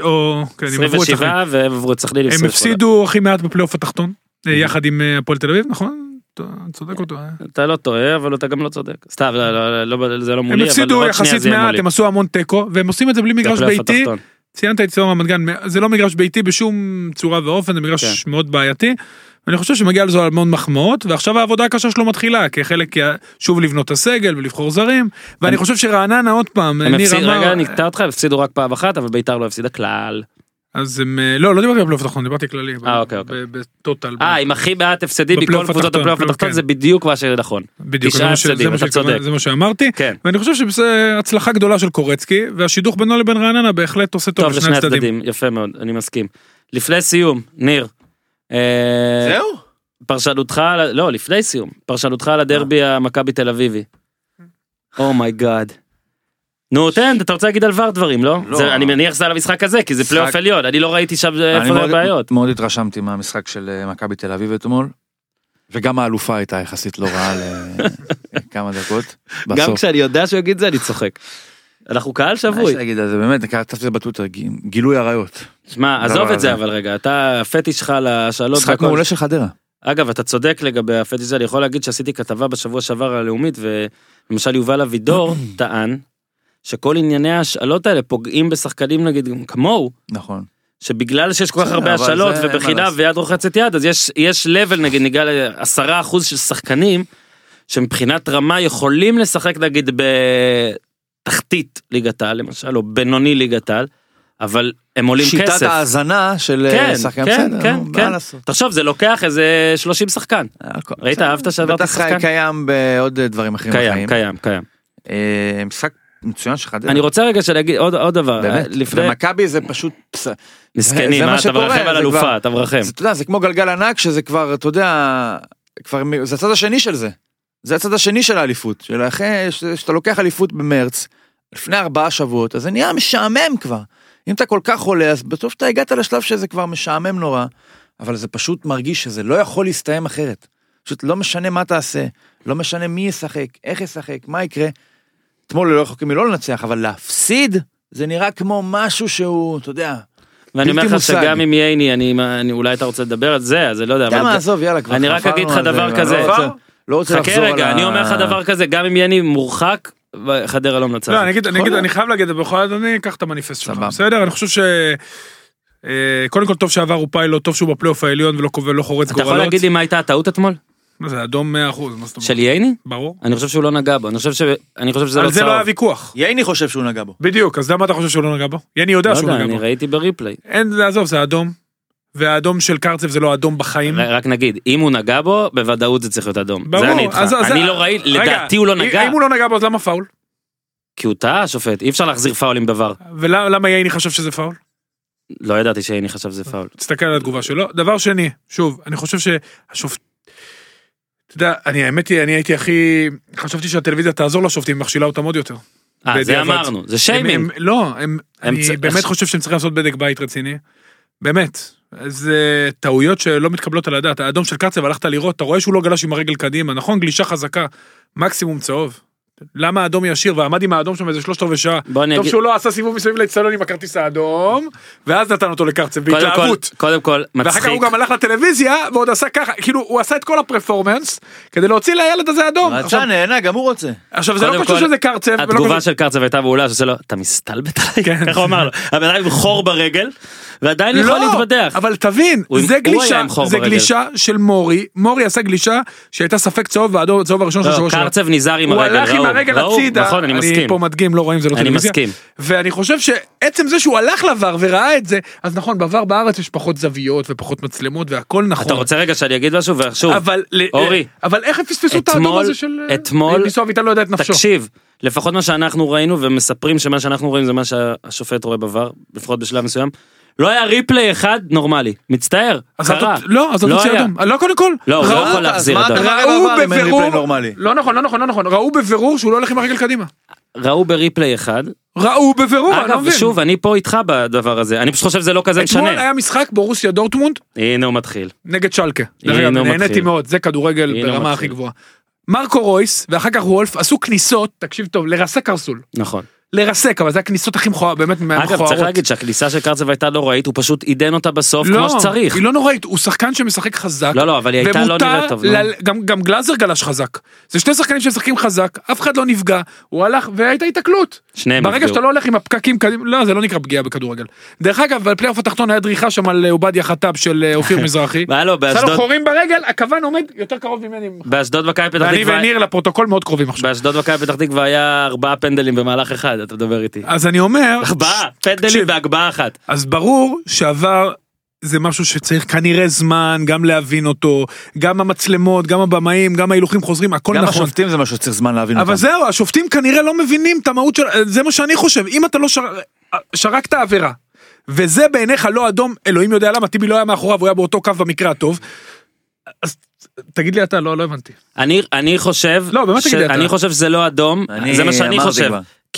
27 ועברו את סכנין 28. הם הפסידו הכי מעט בפלייאוף התחתון, יחד עם הפועל תל אביב, נכון? צודק אותו. אתה לא טועה, אבל אתה גם לא צודק. סתם, זה לא מולי, הם הפסידו יחסית מעט, הם עשו המון טקו, והם עושים את זה בלי מגרש ביתי. ציינת את ציון רמת גן, זה לא מגרש ביתי בשום צורה ואופן, זה מגרש מאוד בעייתי. אני חושב שמגיע לזה על המון מחמאות, ועכשיו העבודה הקשה שלו מתחילה, כחלק שוב לבנות הסגל ולבחור זרים, ואני חושב שרעננה עוד פעם, רגע, נקטע אותך, הפסידו רק פעם אחת, אבל ביתר לא הפסידה כלל. אז הם, לא דיברתי בפלייאוף התחתון, דיברתי כללי, אוקיי. בטוטל. עם הכי מעט הפסדים בכל קבוצות הפלייאוף התחתון, זה בדיוק מה שנכון. בדיוק, זה מה שאמרתי, ואני חושב שזה הצלחה גדולה של קורצקי, והשידוך בינו לבין רעננה בהחלט עושה טוב לשני הצדדים. יפה מאוד, אני מסכים. לפני סיום, ניר. זהו? פרשנותך, לא, לפני סיום, פרשנותך על הדרבי המכבי תל אביבי. אומייגאד. נו, תן, אתה רוצה להגיד על דבר דברים, לא? אני מניח שזה על המשחק הזה, כי זה פלייאוף עליון, אני לא ראיתי שם איפה הבעיות. מאוד התרשמתי מהמשחק של מכבי תל אביב אתמול, וגם האלופה הייתה יחסית לא רעה לכמה דקות. גם כשאני יודע שהוא יגיד זה, אני צוחק. אנחנו קהל שבוי. יש להגיד על זה, באמת, כתבתי זה בטוויטר, גילוי עריות. שמע, עזוב את זה אבל רגע, אתה הפטיש שלך לשאלות. משחק מעולה של חדרה. אגב, אתה צודק לגבי הפטיש הזה, אני יכול להגיד שעשיתי כתבה בשבוע שעבר על הלאומית, ולמשל יובל אבידור טען, שכל ענייני השאלות האלה פוגעים בשחקנים נגיד כמוהו. נכון. שבגלל שיש כל כך הרבה השאלות ובחינה ויד רוחצת יד, אז יש לבל נגיד ניגע ל10% של שחקנים, שמבחינת רמה יכולים לשחק נגיד בתחתית ליגת העל למשל, או בינוני ליגת העל, אבל הם עולים כסף. שיטת ההזנה של שחקן בסדר. כן. תחשוב, זה לוקח איזה 30 שחקן. ראית, אהבת שעברתי שחקן? בטח קיים בעוד דברים אחרים בחיים. קיים. משחק מצוין שלך. אני רוצה רגע שלהגיד עוד דבר. באמת, ומכבי זה פשוט... מסכנים, אתה מרחם על אלופה, אתה מרחם. זה כמו גלגל ענק, שזה כבר, אתה יודע, זה הצד השני של זה. זה הצד השני של האליפות. אחרי שאתה לוקח אליפות במרץ, לפני 4 שבועות, אז זה נהיה משעמם כבר. אם אתה כל כך עולה, אז בסוף אתה הגעת לשלב שזה כבר משעמם נורא, אבל זה פשוט מרגיש שזה לא יכול להסתיים אחרת. פשוט לא משנה מה תעשה, לא משנה מי ישחק, איך ישחק, מה יקרה. אתמול לא יכולים לא לנצח, אבל להפסיד, זה נראה כמו משהו שהוא, אתה יודע, ואני אומר לך שגם עם ייני, אולי אתה רוצה לדבר על זה, אז לא יודע. אתה מעזוב, יאללה, כבר אני רק אגיד לך דבר כזה. לא רוצה לחזור על רגע, אני אומר לך דבר כזה, גם אם ייני מורחק, חדרה לא מנצחת. לא, אני חייב להגיד, בכל זאת אני אקח את המניפסט שלך, בסדר? אני חושב קודם כל טוב שעבר הוא פיילוט, טוב שהוא בפלייאוף העליון ולא חורץ גורלות. אתה יכול להגיד לי מה הייתה הטעות אתמול? זה אדום 100%. של ייני? ברור. אני חושב שהוא לא נגע בו, אני חושב שזה לא צהוב. על זה לא היה ויכוח. ייני חושב שהוא נגע בו. בדיוק, אז למה אתה חושב שהוא לא נגע בו? ייני יודע שהוא נגע בו. אני ראיתי בריפליי. אין, עזוב, זה אדום. והאדום של קרצב זה לא אדום בחיים. רק נגיד, אם הוא נגע בו, בוודאות זה צריך להיות אדום. זה אני איתך. אני לא ראיתי, לדעתי הוא לא נגע. אם הוא לא נגע בו, אז למה פאול? כי הוא טעה, השופט, אי אפשר להחזיר פאול עם דבר. ולמה ייני חשב שזה פאול? לא ידעתי שייני חשב שזה פאול. תסתכל על התגובה שלו. דבר שני, שוב, אני חושב שהשופט... אתה יודע, האמת היא, אני הייתי הכי... חשבתי שהטלוויזיה תעזור לשופטים, מכשילה אותם עוד יותר. זה אמרנו, זה שיימינג. לא, אני באמת חושב שהם צריכים לעשות בדק בית רציני. באמת. זה טעויות שלא מתקבלות על הדעת. האדום של קרצב, הלכת לראות, אתה רואה שהוא לא גלש עם הרגל קדימה, נכון? גלישה חזקה, מקסימום צהוב. למה האדום ישיר, ועמד עם האדום שם איזה 3/4 שעה, טוב שהוא לא עשה סיבוב מסביב לאצטדיון עם הכרטיס האדום, ואז נתן אותו לקרצב בהתלהבות. קודם כל, מצחיק. ואחר כך הוא גם הלך לטלוויזיה, ועוד עשה ככה, כאילו הוא עשה את כל הפרפורמנס, כדי להוציא לילד הזה אדום. רצה, נהנה, גם הוא רוצה. עכשיו זה לא קשור שזה קרצב. התגובה של קרצב הייתה מעולה, שעושה לו, אתה מסתלבט עליי? ככה הוא אמר לו, הבן אדם עם חור ברגל, ועדיין יכול להתבדח. אבל תבין, זה גלישה של מורי עשה גלישה שהייתה ספק צהוב, והצהוב הראשון של שבוע. קרצב נזהר עם הרגל, נכון, אני פה מדגים, לא רואים, זה לא טלוויזיה. ואני חושב שעצם זה שהוא הלך לבר וראה את זה, אז נכון, בעבר בארץ יש פחות זוויות ופחות מצלמות והכל נכון. אתה רוצה רגע שאני אגיד משהו ושוב, אורי. אבל איך הם פספסו את האדום הזה של... אתמול, לא יודע את נפשו. תקשיב, לפחות מה שאנחנו ראינו ומספרים שמה שאנחנו רואים זה מה שהשופט רואה בעבר, לפחות בשלב מסוים. לא היה ריפלי אחד נורמלי, מצטער, קרה. לא, אז לא תוציא אדום. לא, קודם כל. לא, הוא לא יכול להחזיר אדום. לא נכון, ראו בבירור שהוא לא הולך עם הרגל קדימה. ראו בריפלי אחד. ראו בבירור, אגב, ושוב, אני פה איתך בדבר הזה. אני פשוט חושב שזה לא כזה משנה. אתמול היה משחק בורוסיה דורטמונד. הנה הוא מתחיל. נגד שלקה. נהניתי מאוד, זה כדורגל ברמה הכי גבוהה. מרקו רויס ואחר כך וולף עשו כניסות, תקשיב טוב, לרסק קרסול. נכון. לרסק, אבל זה הכניסות הכי מכוערות, באמת מכוערות. אגב, צריך להגיד שהכניסה של קרצב הייתה לא נוראית, הוא פשוט עידן אותה בסוף כמו שצריך. היא לא נוראית, הוא שחקן שמשחק חזק. לא, אבל היא הייתה לא נראית טוב. גם גלאזר גלש חזק. זה שני שחקנים שמשחקים חזק, אף אחד לא נפגע, הוא הלך והייתה התקלות. ברגע שאתה לא הולך עם הפקקים, לא, זה לא נקרא פגיעה בכדורגל. דרך אגב, בפלייאוף התחתון היה דריכה שם על עובדיה חטאב של אופיר מזרחי. עשה לו חורים ברגל, הכוון עומד יותר קרוב ממני. באשדוד מכבי פתח תקווה. ואני וניר לפרוטוקול מאוד קרובים עכשיו. באשדוד מכבי פתח תקווה היה 4 פנדלים במהלך אחד, אתה מדבר איתי. אז אני אומר... 4 פנדלים בהגבהה אחת. אז ברור שעבר זה משהו שצריך כנראה זמן, גם להבין אותו, גם המצלמות, גם הבמאים, גם ההילוכים חוזרים, הכל נכון. גם השופטים זה משהו שצריך זמן להבין אותם. אבל זהו, השופטים כנראה לא מבינים את המהות של... זה מה שאני חושב, אם אתה לא שרקת העבירה, וזה בעיניך לא אדום, אלוהים יודע למה, טיבי לא היה מאחוריו, הוא היה באותו קו במקרה הטוב, אז תגיד לי אתה, לא הבנתי. אני חושב... לא, באמת תגיד לי אתה. אני חושב שזה לא אדום, זה מה שאני חושב.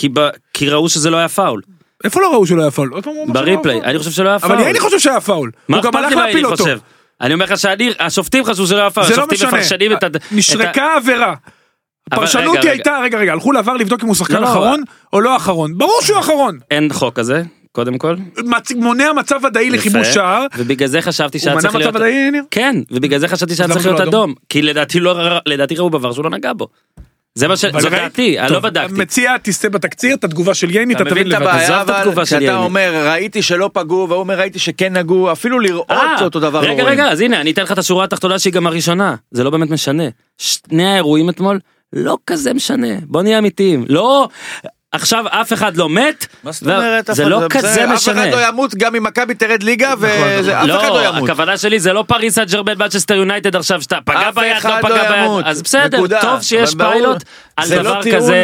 כי ראו שזה לא היה פאול. איפה לא ראו שלא היה פאול? בריפליי, אני חושב שלא היה פאול. אבל אני חושב שהיה פאול. הוא גם הלך להפיל אותו. אני אומר לך שהשופטים חשבו שלא היה פאול. זה לא משנה. נשרקה עבירה. הפרשנות היא הייתה, רגע, הלכו לעבר לבדוק אם הוא שחקן אחרון או לא אחרון. ברור שהוא אחרון. אין חוק כזה, קודם כל. מונע מצב ודאי לחיבוש שער. ובגלל זה חשבתי שהיה צריך להיות... הוא מנע מצב ודאי, ניר? כן, ובגלל זה חשבתי שהיה צריך להיות אדום. כי לדעתי ראו בעבר שהוא לא נגע בו. זה מה זאת דעתי, אני לא בדקתי. מציע, תסתה בתקציר את התגובה של ייני, אתה תבין לבד. עזוב את התגובה של ייני. כשאתה אומר, ראיתי שלא פגעו, והוא אומר, ראיתי שכן נגעו, אפילו לראות אותו דבר לא רואים. רגע, אז הנה, אני אתן לך את השורה התחתונה שהיא גם הראשונה. זה לא באמת משנה. שני האירועים אתמול, לא כזה משנה. בוא נהיה אמיתיים. לא... עכשיו אף אחד לא מת, זה לא כזה משנה. אף אחד לא ימות, גם אם מכבי תרד ליגה, ואף אחד לא ימות. הכוונה שלי זה לא פריס סן ז'רמן מנצ'סטר יונייטד עכשיו, שאתה פגע ביד, לא פגע ביד, אז בסדר, טוב שיש פיילוט על דבר כזה.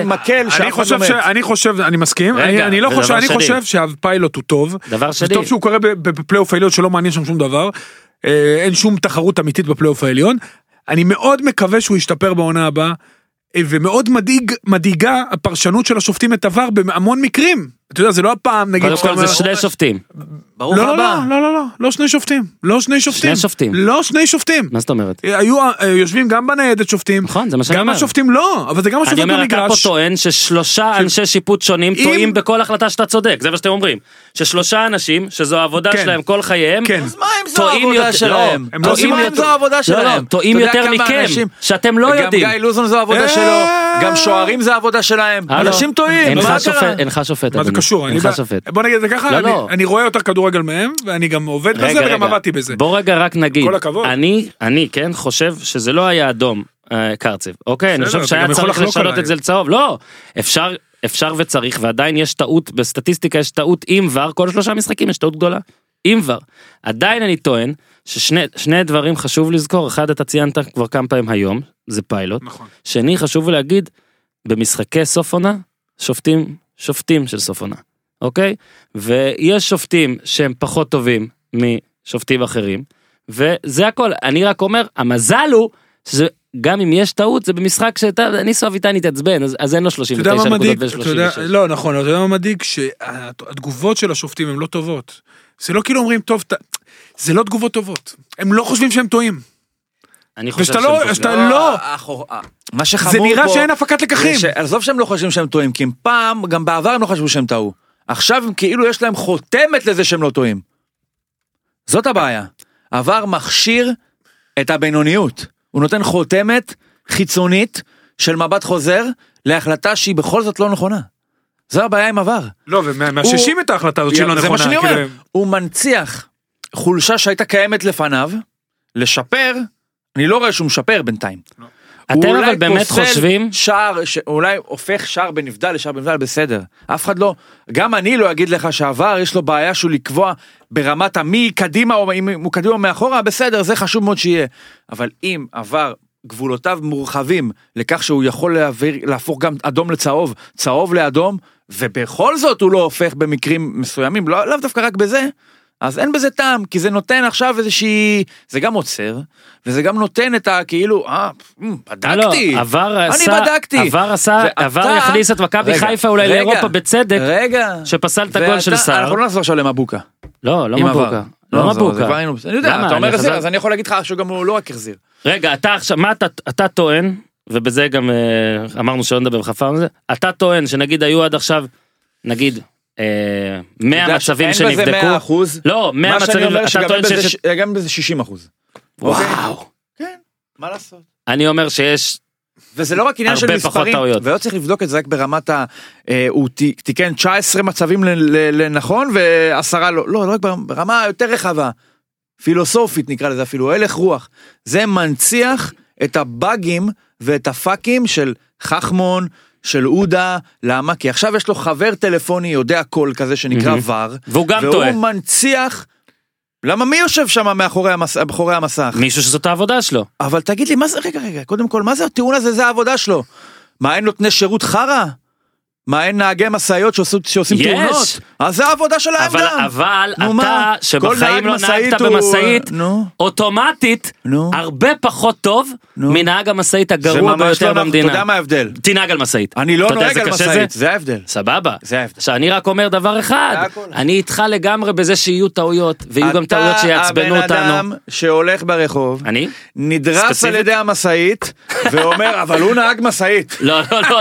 אני חושב, אני מסכים, אני חושב שהפיילוט הוא טוב, זה טוב שהוא קורה בפלייאוף העליון שלא מעניין שם שום דבר, אין שום תחרות אמיתית בפלייאוף העליון, אני מאוד מקווה שהוא ישתפר בעונה הבאה, ומאוד מדאיגה הפרשנות של השופטים את עבר בהמון מקרים. אתה יודע, זה לא הפעם, נגיד... קודם כל זה שני שופטים. ברוך הבא. לא שני שופטים. שני שופטים. לא שני שופטים. מה זאת אומרת? היו יושבים גם בניידת שופטים. נכון, זה מה שאני אומר. גם השופטים לא, אבל זה גם השופט במגרש. אני אומר, אתה פה טוען ששלושה אנשי שיפוט שונים טועים בכל החלטה שאתה צודק, זה מה שאתם אומרים. ששלושה אנשים, שזו העבודה שלהם כל חייהם, אז מה אם זו העבודה שלהם? טועים יותר מכם, שאתם לא יודעים. גם גיא לוזון זו העבודה שלו, גם שוערים זו העבודה שלהם. אנשים טועים, מה קרה? אינך שופט. מה זה קשור? בוא נגיד את זה ככה, אני רואה יותר כדורגל מהם, ואני גם עובד בזה וגם עבדתי בזה. בוא רגע רק נגיד, כל הכבוד. אני כן חושב שזה לא היה אדום קרצב, אוקיי? אני חושב שהיה צריך לשנות את זה לצהוב, לא, אפשר וצריך, ועדיין יש טעות, בסטטיסטיקה יש טעות עם ור, כל 3 משחקים יש טעות גדולה, עם ור. עדיין אני טוען ששני דברים חשוב לזכור, אחד אתה ציינת כבר כמה פעמים היום, זה פיילוט, שני חשוב להגיד, במשחקי סוף עונה, שופטים של סוף עונה, אוקיי? ויש שופטים שהם פחות טובים משופטים אחרים, וזה הכל. אני רק אומר, המזל הוא, שזה גם אם יש טעות, זה במשחק אני סוף איתה נתעצבן, אז אין לו 39 נקודות ו-36. לא, נכון, אתה יודע מה מדאיג? שהתגובות של השופטים הן לא טובות. זה לא כאילו אומרים, טוב, זה לא תגובות טובות. הם לא חושבים שהם טועים. אני חושב שאתה לא... מה שחמור זה נראה פה, שאין הפקת לקחים. עזוב שהם לא חושבים שהם טועים, כי הם פעם, גם בעבר הם לא חשבו שהם טעו. עכשיו הם כאילו יש להם חותמת לזה שהם לא טועים. זאת הבעיה. עבר מכשיר את הבינוניות. הוא נותן חותמת חיצונית של מבט חוזר להחלטה שהיא בכל זאת לא נכונה. זו הבעיה עם עבר. לא, ומאששים את ההחלטה הזאת שהיא לא נכונה. זה מה שאני אומר. הוא מנציח חולשה שהייתה קיימת לפניו, לשפר, אני לא רואה שהוא משפר בינתיים. אתם אבל באמת חושבים שער, אולי הופך שער בנבדל לשער בנבדל בסדר. אף אחד לא, גם אני לא אגיד לך שעבר יש לו בעיה שהוא לקבוע ברמת המי קדימה או אם הוא קדימה מאחורה, בסדר, זה חשוב מאוד שיהיה. אבל אם עבר גבולותיו מורחבים לכך שהוא יכול להפוך גם אדום לצהוב, צהוב לאדום, ובכל זאת הוא לא הופך במקרים מסוימים, לא דווקא רק בזה, אז אין בזה טעם, כי זה נותן עכשיו איזושהי, זה גם עוצר, וזה גם נותן את הכאילו, בדקתי, אני בדקתי. עבר יכניס את מכבי חיפה אולי לאירופה בצדק, שפסל את הגול של סער. אנחנו לא נחזור עכשיו למבוקה. לא מבוקה. לא מבוקה. אני יודע, אתה אומר החזיר, אז אני יכול להגיד לך שגם הוא לא רק החזיר. רגע, אתה עכשיו, מה אתה טוען, ובזה גם אמרנו שלא נדבר בחפה על זה, אתה טוען שנגיד היו עד עכשיו, נגיד, 100 מצבים שנבדקו, לא, 100 מצבים, אתה טוען שיש... גם בזה 60%. וואו. כן, מה לעשות? אני אומר שיש... וזה לא רק עניין של מספרים, ולא צריך לבדוק את זה רק ברמת הוא תיקן 19 מצבים לנכון, ו10 לא, רק ברמה יותר רחבה, פילוסופית נקרא לזה אפילו, הלך רוח. זה מנציח את הבאגים ואת הפאקים של חכמון, של אודה, למה? כי עכשיו יש לו חבר טלפוני יודע קול כזה שנקרא ור, והוא גם טועה. והוא מנציח, למה מי יושב שם מאחורי המסך? מישהו שזאת העבודה שלו. אבל תגיד לי, מה זה, רגע, קודם כל, מה זה הטיעון הזה, זה העבודה שלו? מה, אין נותני שירות חרה? מה, אין נהגי מסעיות שעושים תאונות? אז זה העבודה שלהם גם. אבל אתה, שבחיים לא נהגת במסעית, אוטומטית, הרבה פחות טוב, מנהג המסעית הגרוע ביותר במדינה. אתה יודע מה ההבדל? תנהג על מסעית. אני לא נוהג על מסעית, זה ההבדל. סבבה. שאני רק אומר דבר אחד, אני איתך לגמרי בזה שיהיו טעויות, ויהיו גם טעויות שיעצבנו אותנו. אתה הבן אדם שהולך ברחוב, נדרס על ידי המסעית, ואומר, אבל הוא נהג מסעית. לא.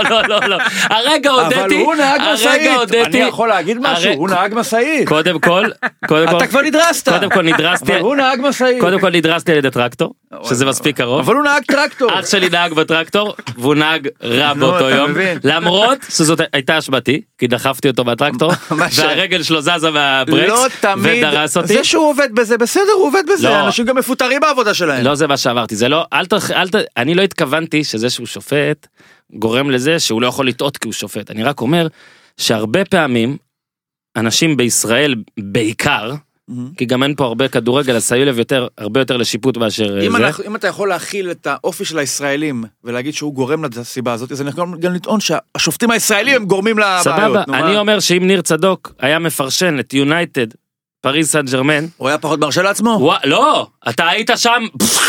הרגע אבל הוא נהג מסעית, אני יכול להגיד משהו, הוא נהג מסעית. קודם כל, אתה כבר נדרסת. קודם כל נדרסתי, אבל הוא נהג מסעית. קודם כל נדרסתי על ידי טרקטור, שזה מספיק קרוב. אבל הוא נהג טרקטור. אח שלי נהג בטרקטור, והוא נהג רע באותו יום, למרות שזאת הייתה אשמתי, כי דחפתי אותו בטרקטור, והרגל שלו זזה מהברקס, ודרס אותי. זה שהוא עובד בזה, בסדר, הוא עובד בזה, אנשים גם מפוטרים בעבודה שלהם. לא זה מה שאמרתי, זה לא, אני לא התכוונתי שזה שהוא שופט, גורם לזה שהוא לא יכול לטעות כי הוא שופט. אני רק אומר שהרבה פעמים אנשים בישראל בעיקר, כי גם אין פה הרבה כדורגל, אז היו לב הרבה יותר לשיפוט מאשר זה. אם אתה יכול להכיל את האופי של הישראלים ולהגיד שהוא גורם לסיבה הזאת, אז אני יכול גם לטעון שהשופטים הישראלים הם גורמים לבעיות. סבבה, אני אומר שאם ניר צדוק היה מפרשן את יונייטד פריז סן ג'רמן. הוא היה פחות מרשה לעצמו? לא, אתה היית שם,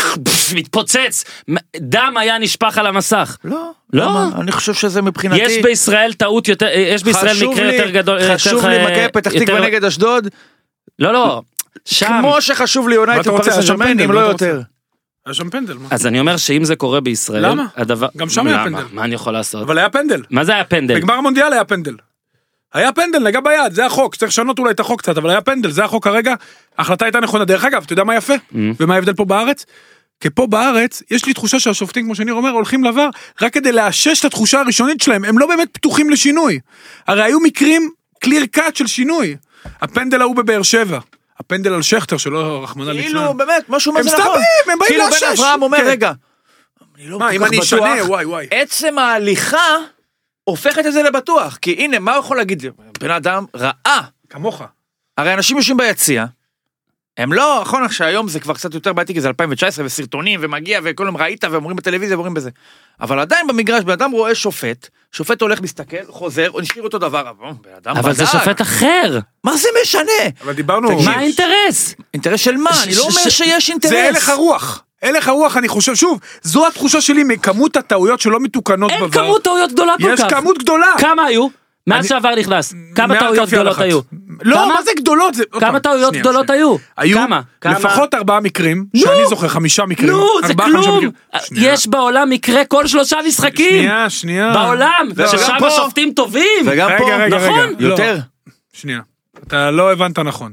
מתפוצץ, דם היה נשפך על המסך. לא, אני חושב שזה מבחינתי. יש בישראל טעות יותר, יש בישראל מקרה יותר גדול. חשוב לי מכבי פתח תקווה נגד אשדוד. לא, שם. כמו שחשוב לי יונייטד פריז סן ג'רמן, אם לא יותר. היה שם פנדל. אז אני אומר שאם זה קורה בישראל, למה? גם שם היה פנדל. מה אני יכול לעשות? אבל היה פנדל. מה זה היה פנדל? בגמר המונדיאל היה פנדל. היה פנדל, נגע ביד, זה החוק, צריך לשנות אולי את החוק קצת, אבל היה פנדל, זה החוק כרגע, ההחלטה הייתה נכונה. דרך אגב, אתה יודע מה יפה? ומה ההבדל פה בארץ? כי פה בארץ, יש לי תחושה שהשופטים, כמו שאני אומר, הולכים לבר, רק כדי לאשש את התחושה הראשונית שלהם, הם לא באמת פתוחים לשינוי. הרי היו מקרים קליר קאט של שינוי. הפנדל ההוא בבאר שבע. הפנדל על שכטר שלא רחמנא ליצלן. כאילו באמת, משהו מה זה נכון. הם באים לאשש. כאילו בן אברהם אומר, רגע, אני לא כל כך בטוח, עצם ההליכה הופכת את זה לבטוח, כי הנה, מה הוא יכול להגיד? בן אדם רעה. כמוך. הרי אנשים יושבים ביציע, הם לא, נכון שהיום זה כבר קצת יותר בעייתי, כי זה 2019 וסרטונים ומגיע וכולם ראית ואומרים בטלוויזיה ואומרים בזה. אבל עדיין במגרש, בן אדם רואה שופט הולך מסתכל, חוזר, או נשאיר אותו דבר, אבל זה שופט אחר. מה זה משנה? אבל דיברנו... מה האינטרס? אינטרס של מה? אני לא אומר שיש אינטרס. זה הלך הרוח. הלך הרוח, אני חושב, שוב, זו התחושה שלי מכמות הטעויות שלא מתוקנות אין בבר. כמות טעויות גדולה כל כך. יש כמות גדולה. כמה היו? מאז שעבר נכנס. כמה טעויות גדולות היו? לא, מה זה גדולות? כמה טעויות גדולות היו? היו לפחות 4 מקרים, שאני זוכר 5 מקרים. נו, זה כלום. יש בעולם מקרה כל 3 משחקים. שנייה. בעולם, וששם השופטים טובים. וגם פה, נכון? יותר. שנייה, אתה לא הבנת נכון.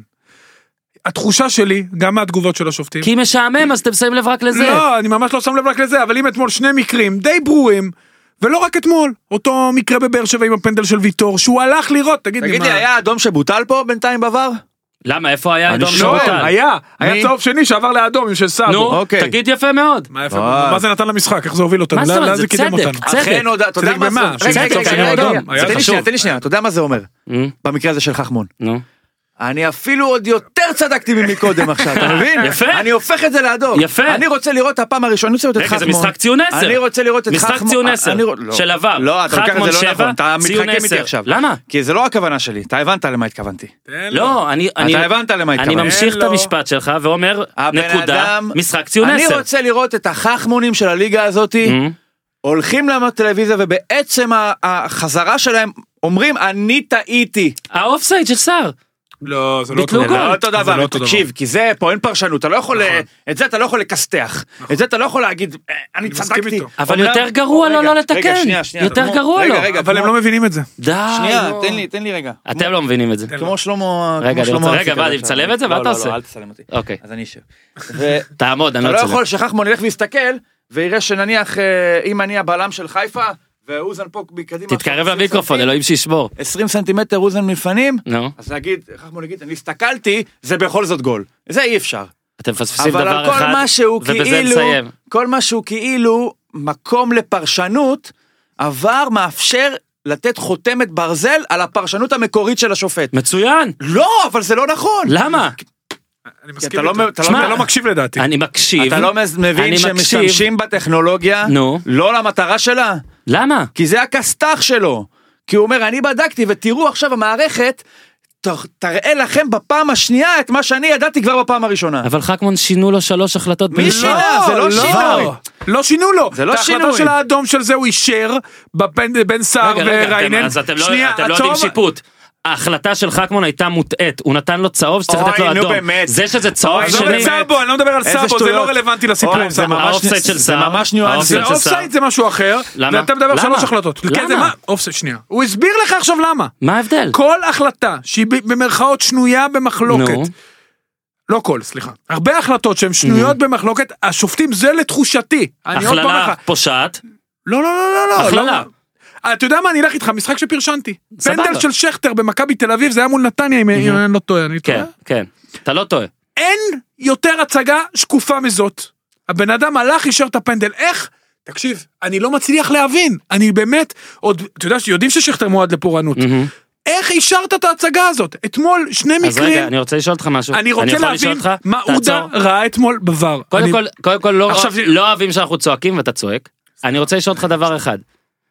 התחושה שלי, גם מהתגובות של השופטים. כי משעמם, אז אתם שמים לב רק לזה. לא, אני ממש לא שם לב רק לזה, אבל אם אתמול 2 מקרים די ברורים, ולא רק אתמול, אותו מקרה בבאר שבע עם הפנדל של ויטור, שהוא הלך לראות, תגיד לי מה. היה אדום שבוטל פה בינתיים בעבר? למה, איפה היה אדום שבוטל? היה צהוב שני שעבר לאדום עם של סאבו. נו, תגיד יפה מאוד. מה זה נתן למשחק, איך זה הוביל אותנו? מה זאת אומרת, זה צדק. אתה יודע מה זה? תן לי שנייה, אתה יודע מה זה אומר? במקרה הזה של חכמון. אני אפילו עוד יותר צדקתי ממקודם עכשיו, אתה מבין? יפה. אני הופך את זה לאדום. יפה. אני רוצה לראות הפעם הראשונה, אני רוצה לראות את חכמון. רגע, זה משחק ציון 10. אני רוצה לראות את חכמון. משחק ציון 10, של עבר. לא, אתה לוקח את זה לא נכון, אתה מתחכם איתי עכשיו. למה? כי זה לא הכוונה שלי, אתה הבנת למה התכוונתי. לא, אתה הבנת למה התכוונתי. אני ממשיך את המשפט שלך ואומר, נקודה, משחק ציון 10. אני רוצה לראות את החכמונים של הליגה הזאת, הולכים לטלוויזיה ובעצם החזרה שלהם אומרים, אני טעיתי. האופסייד של סער. לא, זה לא אותו דבר, תקשיב, כי זה פה אין פרשנות, אתה לא יכול, את זה אתה לא יכול לקסתח, את זה אתה לא יכול להגיד, אני צדקתי. אבל יותר גרוע לא לתקן, יותר גרוע לא. אבל הם לא מבינים את זה. די. שנייה, תן לי רגע. אתם לא מבינים את זה. כמו שלמה. רגע, אני מצלם את זה, מה אתה עושה? לא, אל תצלם אותי. אוקיי. אז אני אשב. תעמוד, אני לא לא אצלם. אצלם. אתה לא יכול שחכמון ילך ויסתכל, ויראה שנניח, אם אני הבעלם של חיפה, ואוזן פה בקדימה. תתקרב למיקרופון, אלוהים שישבור. 20 סנטימטר אוזן מלפנים, נו. אז להגיד, חכמון יגיד, אני הסתכלתי, זה בכל זאת גול. זה אי אפשר. אתם מפספסים דבר אחד, ובזה נסיים. כל מה שהוא כאילו מקום לפרשנות, עבר מאפשר לתת חותמת ברזל על הפרשנות המקורית של השופט. מצוין. לא, אבל זה לא נכון. למה? אני מסכים, אתה לא מקשיב לדעתי. אני מקשיב. אתה לא מבין שמשתמשים בטכנולוגיה לא למטרה שלה? למה? כי זה הכסתח שלו. כי הוא אומר, אני בדקתי ותראו עכשיו המערכת, תראה לכם בפעם השנייה את מה שאני ידעתי כבר בפעם הראשונה. אבל חכמון שינו לו 3 החלטות. מי שינה? זה לא שינוי. לא שינו לו. זה לא שינוי. את ההחלטה של האדום של זה הוא אישר בין סער וריינן. אז אתם לא יודעים שיפוט. ההחלטה של חכמון הייתה מוטעת, הוא נתן לו צהוב שצריך לתת לו אדום. זה שזה צהוב שני... אני לא מדבר על סאבו, זה לא רלוונטי לסיפור. האופסייד של סער. זה ממש ניואנסי. האופסייד זה משהו אחר, ואתה מדבר 3 החלטות. למה? אופסייד שנייה. הוא הסביר לך עכשיו למה. מה ההבדל? כל החלטה שהיא במרכאות שנויה במחלוקת, לא כל, סליחה. הרבה החלטות שהן שנויות במחלוקת, השופטים זה לתחושתי. הכללה פושעת. לא. הכללה. אתה יודע מה, אני אלך איתך, משחק שפרשנתי. פנדל של שכטר במכבי תל אביב, זה היה מול נתניה, אם אני לא טועה. כן, אתה לא טועה. אין יותר הצגה שקופה מזאת. הבן אדם הלך, אישר את הפנדל. איך? תקשיב, אני לא מצליח להבין. אני באמת, עוד, אתה יודע, יודעים ששכטר מועד לפורענות. איך אישרת את ההצגה הזאת? אתמול 2 מקרים. אז רגע, אני רוצה לשאול אותך משהו. אני רוצה להבין מה אודה ראה אתמול בבר. קודם כל, לא אוהבים שאנחנו צועקים ואתה צועק. אני רוצה לשאול אותך דבר אחד.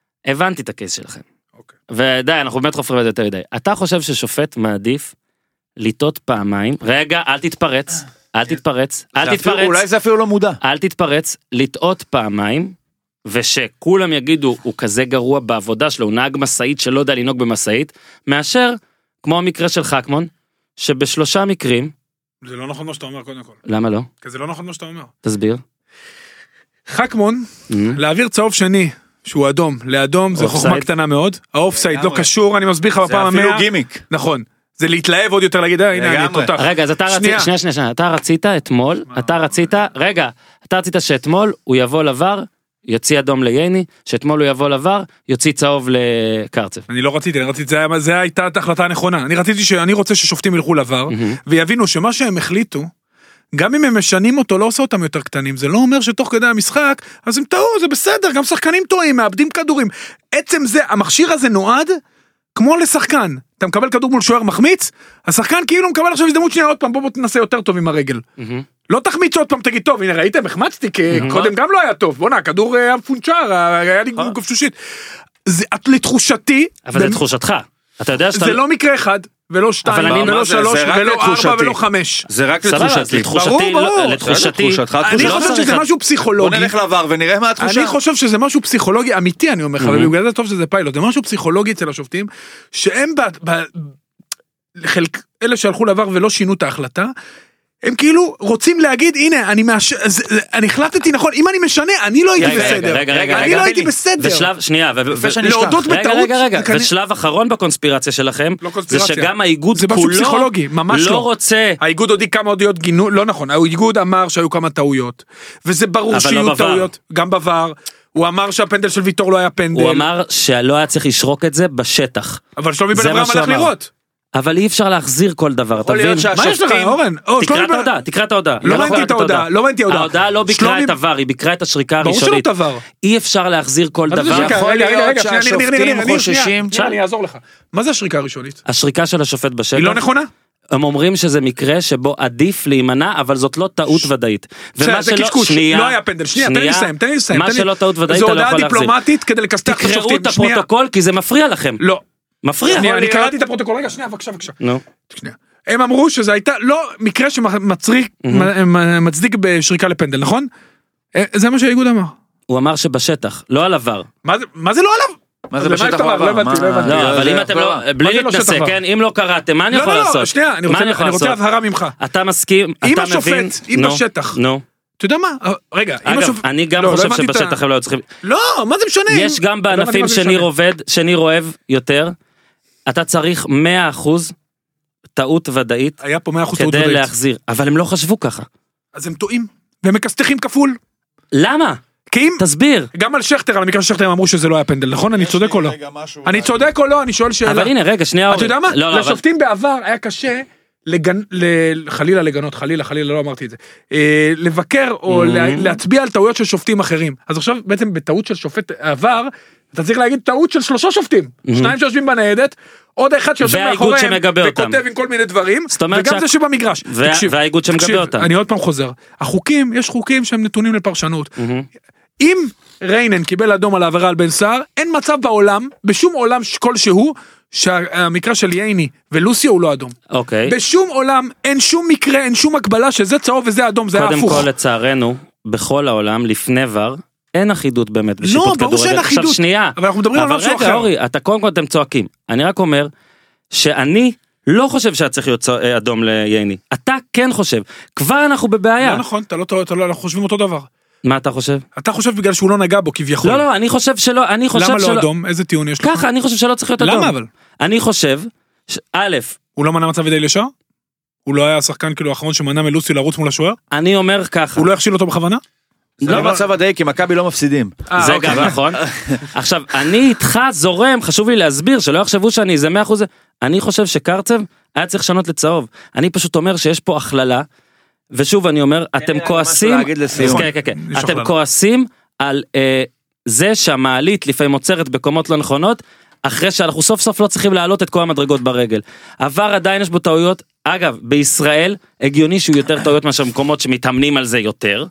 הבנתי את הקייס שלכם. ודי, אנחנו באמת חופרים את זה יותר מדי. אתה חושב ששופט מעדיף לטעות פעמיים, רגע, אל תתפרץ, אולי זה אפילו לא מודע. אל תתפרץ, לטעות פעמיים, ושכולם יגידו, הוא כזה גרוע בעבודה שלו, הוא נהג מסעית שלא יודע לנהוג במסעית, מאשר, כמו המקרה של חכמון, שבשלושה מקרים, זה לא נכון מה שאתה אומר קודם כל. למה לא? כי זה לא נכון מה שאתה אומר. תסביר. חכמון, להעביר צהוב שני, שהוא אדום, לאדום זה חוכמה קטנה מאוד, האופסייד לא קשור, אני מסביר לך בפעם המאה. זה אפילו גימיק. נכון. זה להתלהב עוד יותר להגיד, הנה אני תותח. רגע, אז אתה רצית אתמול, אתה רצית שאתמול הוא יבוא לבר, יוציא אדום לייני, שאתמול הוא יבוא לבר, יוציא צהוב לקרצב. אני לא רציתי, זה הייתה ההחלטה הנכונה. אני רוצה ששופטים ילכו לבר, ויבינו שמה שהם החליטו, גם אם הם משנים אותו, לא עושה אותם יותר קטנים, זה לא אומר שתוך כדי המשחק, אז הם טעו, זה בסדר, גם שחקנים טועים, מאבדים כדורים. עצם זה, המכשיר הזה נועד, כמו לשחקן, אתה מקבל כדור מול שוער מחמיץ, השחקן כאילו מקבל עכשיו הזדמנות שנייה עוד פעם, בוא תנסה יותר טוב עם הרגל. לא תחמיץ עוד פעם, תגיד טוב, הנה ראיתם, החמצתי, קודם גם לא היה טוב, בוא נה, הכדור היה פונצ'ר, היה לי גופשושית. לתחושתי, אבל זה תחושתך, אתה יודע שאתה... זה לא מקרה אחד, ולא 2, ולא 3, ולא 4, ולא 5. זה רק לתחושתי. לתחושתי. אני חושב שזה משהו פסיכולוגי. בוא נלך לעבר ונראה מה התחושה. אני חושב שזה משהו פסיכולוגי אמיתי, אני אומר לך, ובגלל זה טוב שזה פיילוט, זה משהו פסיכולוגי אצל השופטים, שהם אלה שהלכו לעבר ולא שינו את ההחלטה, הם כאילו רוצים להגיד, הנה, אני החלטתי נכון, אם אני משנה, אני לא הייתי בסדר. אני לא הייתי בסדר. ושלב, שנייה, להודות בטעות. רגע, ושלב אחרון בקונספירציה שלכם, זה שגם האיגוד כולו, זה משהו פסיכולוגי, ממש לא רוצה. האיגוד הודיע כמה הודיות גינו, לא נכון, האיגוד אמר שהיו כמה טעויות, וזה ברור שיהיו טעויות, גם בעבר. הוא אמר שהפנדל של ויטור לא היה פנדל. הוא אמר שלא היה צריך לשרוק את זה בשטח. אבל שלומי בן אברהם הלך לראות. אבל אי אפשר להחזיר כל דבר, אתה מבין? מה יש לך, אורן? תקרא את ההודעה. לא ראיתי את ההודעה. ההודעה לא ביקרה את עבר, היא ביקרה את השריקה הראשונית. ברור שלא את עבר. אי אפשר להחזיר כל דבר. יכול להיות שהשופטים חוששים. אני אעזור לך. מה זה השריקה הראשונית? השריקה של השופט בשטח. היא לא נכונה? הם אומרים שזה מקרה שבו עדיף להימנע, אבל זאת לא טעות ודאית. זה קשקוש, לא היה פנדל. שנייה, תן לי לסיים. מה שלא טעות ודאית, אתה לא יכול להחזיר. זו הודעה דיפלומטית כדי לקסטח את השופטים. תקראו את הפרוטוקול, כי זה מפריע לכם. לא. מפריע. אני קראתי את הפרוטוקול, רגע, שנייה, בבקשה. הם אמרו שזה הייתה, לא מקרה שמצדיק בשריקה לפנדל, נכון? זה מה שהאיגוד אמר. הוא אמר שבשטח, לא על עבר. מה זה לא עליו? מה זה בשטח לא עבר? לא, אבל אם אתם לא, בלי להתנסה, כן? אם לא קראתם, מה אני יכול לעשות? לא, שנייה, אני רוצה הבהרה ממך. אתה מסכים, אתה מבין? אם בשטח. נו. אתה יודע מה? רגע, אגב, אני גם חושב שבשטח הם לא צריכים... לא, מה זה משנה? יש גם בענפים שניר אוהב יותר, אתה צריך 100% טעות ודאית כדי להחזיר, אבל הם לא חשבו ככה. אז הם טועים, והם מקסטחים כפול. למה? תסביר. גם על שכטר, על המקרה של שכטר הם אמרו שזה לא היה פנדל, נכון? אני צודק או לא? אני צודק או לא? אני שואל שאלה. אבל הנה, רגע, שנייה. אתה יודע מה? לשופטים בעבר היה קשה חלילה לגנות, חלילה לא אמרתי את זה, לבקר או להצביע על טעויות של שופטים אחרים. אז עכשיו בעצם בטעות של שופט עבר, אתה צריך להגיד טעות של 3 שופטים, 2 שיושבים בניידת, עוד אחד שיושב מאחוריהם וכותב עם כל מיני דברים, וגם זה שבמגרש. והאיגוד שמגבה אותם. אני עוד פעם חוזר, החוקים, יש חוקים שהם נתונים לפרשנות. אם ריינן קיבל אדום על העבירה על בן סער, אין מצב בעולם, בשום עולם כלשהו, שהמקרה של ייני ולוסיו הוא לא אדום. אוקיי. בשום עולם אין שום מקרה, אין שום הקבלה שזה צהוב וזה אדום, זה היה הפוך. קודם כל לצערנו, בכל העולם, לפני ור, אין אחידות באמת בשיפוט כדורגל. לא, ברור שאין אחידות. עכשיו שנייה. אבל אנחנו מדברים על משהו אחר. רגע, אורי, קודם כל אתם צועקים. אני רק אומר, שאני לא חושב שאת צריך להיות אדום לייני. אתה כן חושב. כבר אנחנו בבעיה. לא נכון, אנחנו חושבים אותו דבר. מה אתה חושב? אתה חושב בגלל שהוא לא נגע בו כביכול. לא, אני חושב שלא, למה לא אדום? איזה טיעון יש לך? ככה, אני חושב שלא צריך להיות אדום. למה אבל? אני חושב, א', הוא לא מנע מצב ידי לשער? הוא לא היה השחקן כאילו האחרון שמנע מלוסי לרוץ מול השוער? אני אומר ככה. הוא לא הכשיל אותו בכוונה? זה לא מצב ודאי, כי מכבי לא מפסידים. זה גם נכון. עכשיו, אני איתך זורם, חשוב לי להסביר, שלא יחשבו שאני זה 100%. אני חושב שקרצב היה צריך לשנות לצהוב. אני פשוט אומר שיש פה הכללה, ושוב אני אומר, אתם כועסים, אתם כועסים על זה שהמעלית לפעמים עוצרת בקומות לא נכונות, אחרי שאנחנו סוף סוף לא צריכים להעלות את כל המדרגות ברגל. עבר עדיין יש בו טעויות, אגב, בישראל הגיוני שהוא יותר טעויות מאשר מקומות שמתאמנים על זה יותר.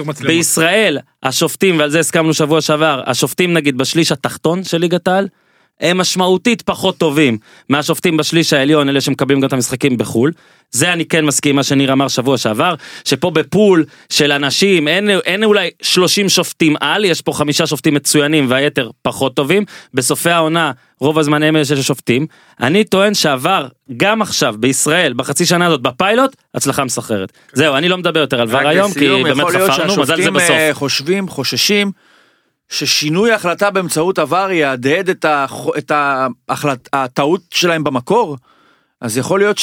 בישראל השופטים, ועל זה הסכמנו שבוע שעבר, השופטים נגיד בשליש התחתון של ליגת העל, הם משמעותית פחות טובים מהשופטים בשליש העליון, אלה שמקבלים גם את המשחקים בחול. זה אני כן מסכים מה שניר אמר שבוע שעבר, שפה בפול של אנשים, אין אולי 30 שופטים על, יש פה 5 שופטים מצוינים והיתר פחות טובים, בסופי העונה רוב הזמן הם אלה של שופטים. אני טוען שעבר גם עכשיו בישראל, בחצי שנה הזאת בפיילוט, הצלחה מסחררת. זהו, אני לא מדבר יותר על דבר היום, כי באמת חפרנו, מזל זה בסוף. חושבים, חוששים, ששינוי החלטה באמצעות עבר יעדד את הטעות שלהם במקור, אז יכול להיות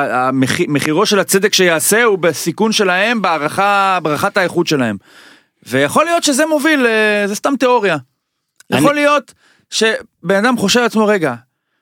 שמחירו של הצדק שיעשה הוא בסיכון שלהם, בהערכת האיכות שלהם. ויכול להיות שזה מוביל, זה סתם תיאוריה. יכול להיות שבן אדם חושב לעצמו, רגע,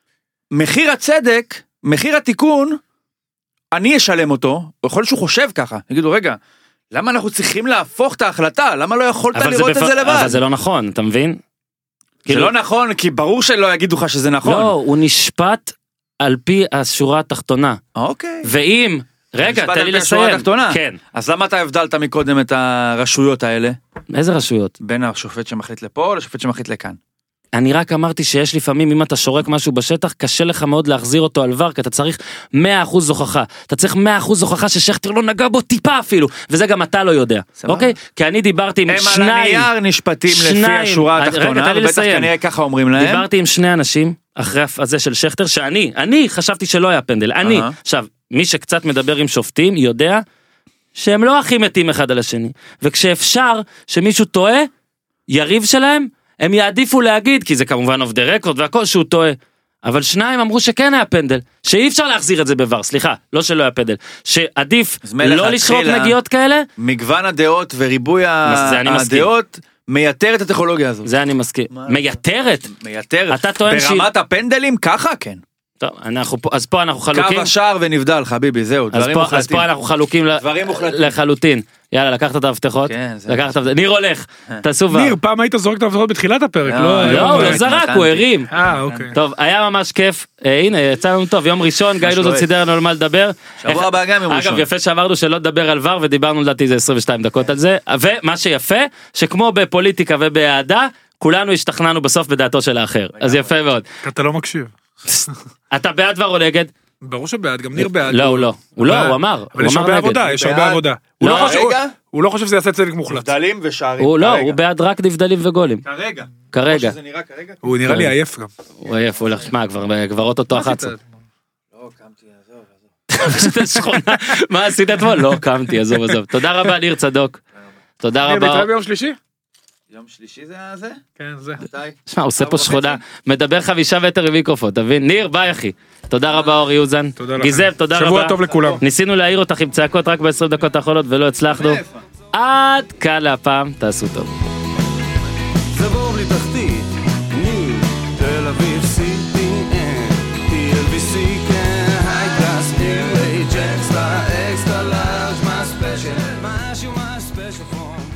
מחיר הצדק, מחיר התיקון, אני אשלם אותו, יכול להיות שהוא חושב ככה, יגידו, רגע, למה אנחנו צריכים להפוך את ההחלטה? למה לא יכולת לראות את זה לבד? אבל זה לא נכון, אתה מבין? זה לא נכון, כי ברור שלא יגידו לך שזה נכון. לא, הוא נשפט על פי השורה התחתונה. אוקיי. ואם, רגע, תן לי לסיים. כן. אז למה אתה הבדלת מקודם את הרשויות האלה? איזה רשויות? בין השופט שמחליט לפה לשופט שמחליט לכאן. אני רק אמרתי שיש לפעמים, אם אתה שורק משהו בשטח, קשה לך מאוד להחזיר אותו על ור, כי אתה צריך 100% הוכחה. אתה צריך 100% הוכחה ששכטר לא נגע בו טיפה אפילו, וזה גם אתה לא יודע. אוקיי? כי אני דיברתי עם שניים. הם על הנייר נשפטים לפי השורה התחתונה, ובטח כנראה ככה אומרים להם. דיברתי עם 2 אנשים, אחרי הזה של שכטר, שאני חשבתי שלא היה פנדל. עכשיו, מי שקצת מדבר עם שופטים, יודע שהם לא הכי מתים אחד על השני. וכשאפשר שמישהו טועה, יריב שלהם, הם יעדיפו להגיד, כי זה כמובן אוף דה רקורד והכל שהוא טועה, אבל 2 אמרו שכן היה פנדל, שאי אפשר להחזיר את זה בבר, סליחה, לא שלא היה פנדל, שעדיף לא לשרוק נגיעות כאלה. מגוון הדעות וריבוי הדעות מייתר את הטכנולוגיה הזאת. זה אני מסכים. מייתרת? מייתרת. ברמת הפנדלים ככה כן. טוב, אז פה אנחנו חלוקים. קו השער ונבדל חביבי, זהו, דברים מוחלטים. אז פה אנחנו חלוקים לחלוטין. יאללה, לקחת את המפתחות. ניר הולך, תעשו ור. ניר, פעם היית זורק את המפתחות בתחילת הפרק, לא? לא, הוא לא זרק, הוא הרים. אוקיי. טוב, היה ממש כיף. הנה, יצא לנו טוב, יום ראשון, גיא לוזון סידר לנו על מה לדבר. שבוע הבא גם יום ראשון. אגב, יפה שעברנו שלא לדבר על ור, ודיברנו לדעתי זה 22 דקות על זה. ומה שיפה, שכמו בפוליטיקה ובאהדה, כולנו השתכנענו בסוף בדעתו של האחר. אז יפה מאוד. אתה לא מקשיב. אתה בעד ור או נגד? ברור שבעד, גם ניר בעד. לא, הוא אמר. אבל יש הרבה עבודה, יש הרבה עבודה. הוא לא חושב שזה יעשה צדק מוחלט. נבדלים ושערים. הוא בעד רק נבדלים וגולים. כרגע. הוא נראה לי עייף גם. הוא עייף, הוא הולך, שמע, כבר אוטוטו 11. לא, קמתי, עזוב. מה עשית אתמול? לא, קמתי, עזוב. תודה רבה, ניר צדוק. תודה רבה. ניר, נתראה ביום שלישי? יום שלישי זה? כן, זה. שמע, הוא עושה פה שכונה, מדבר 5 מטר עם מיקרופון, תבין? ניר, ביי אחי. תודה רבה אורי אוזן. גיזב, תודה רבה. שבוע טוב לכולם. ניסינו להעיר אותך עם צעקות רק ב-20 דקות האחרונות ולא הצלחנו. עד כאן להפעם, תעשו טוב. זה בור בלי תחתית, ניו, תל אביב, CPN, TLBC, כן, היי קלאס, ניו אייג' אקסטרה, אקסטרה לארג', מה ספיישל, משהו מה ספיישל פורם.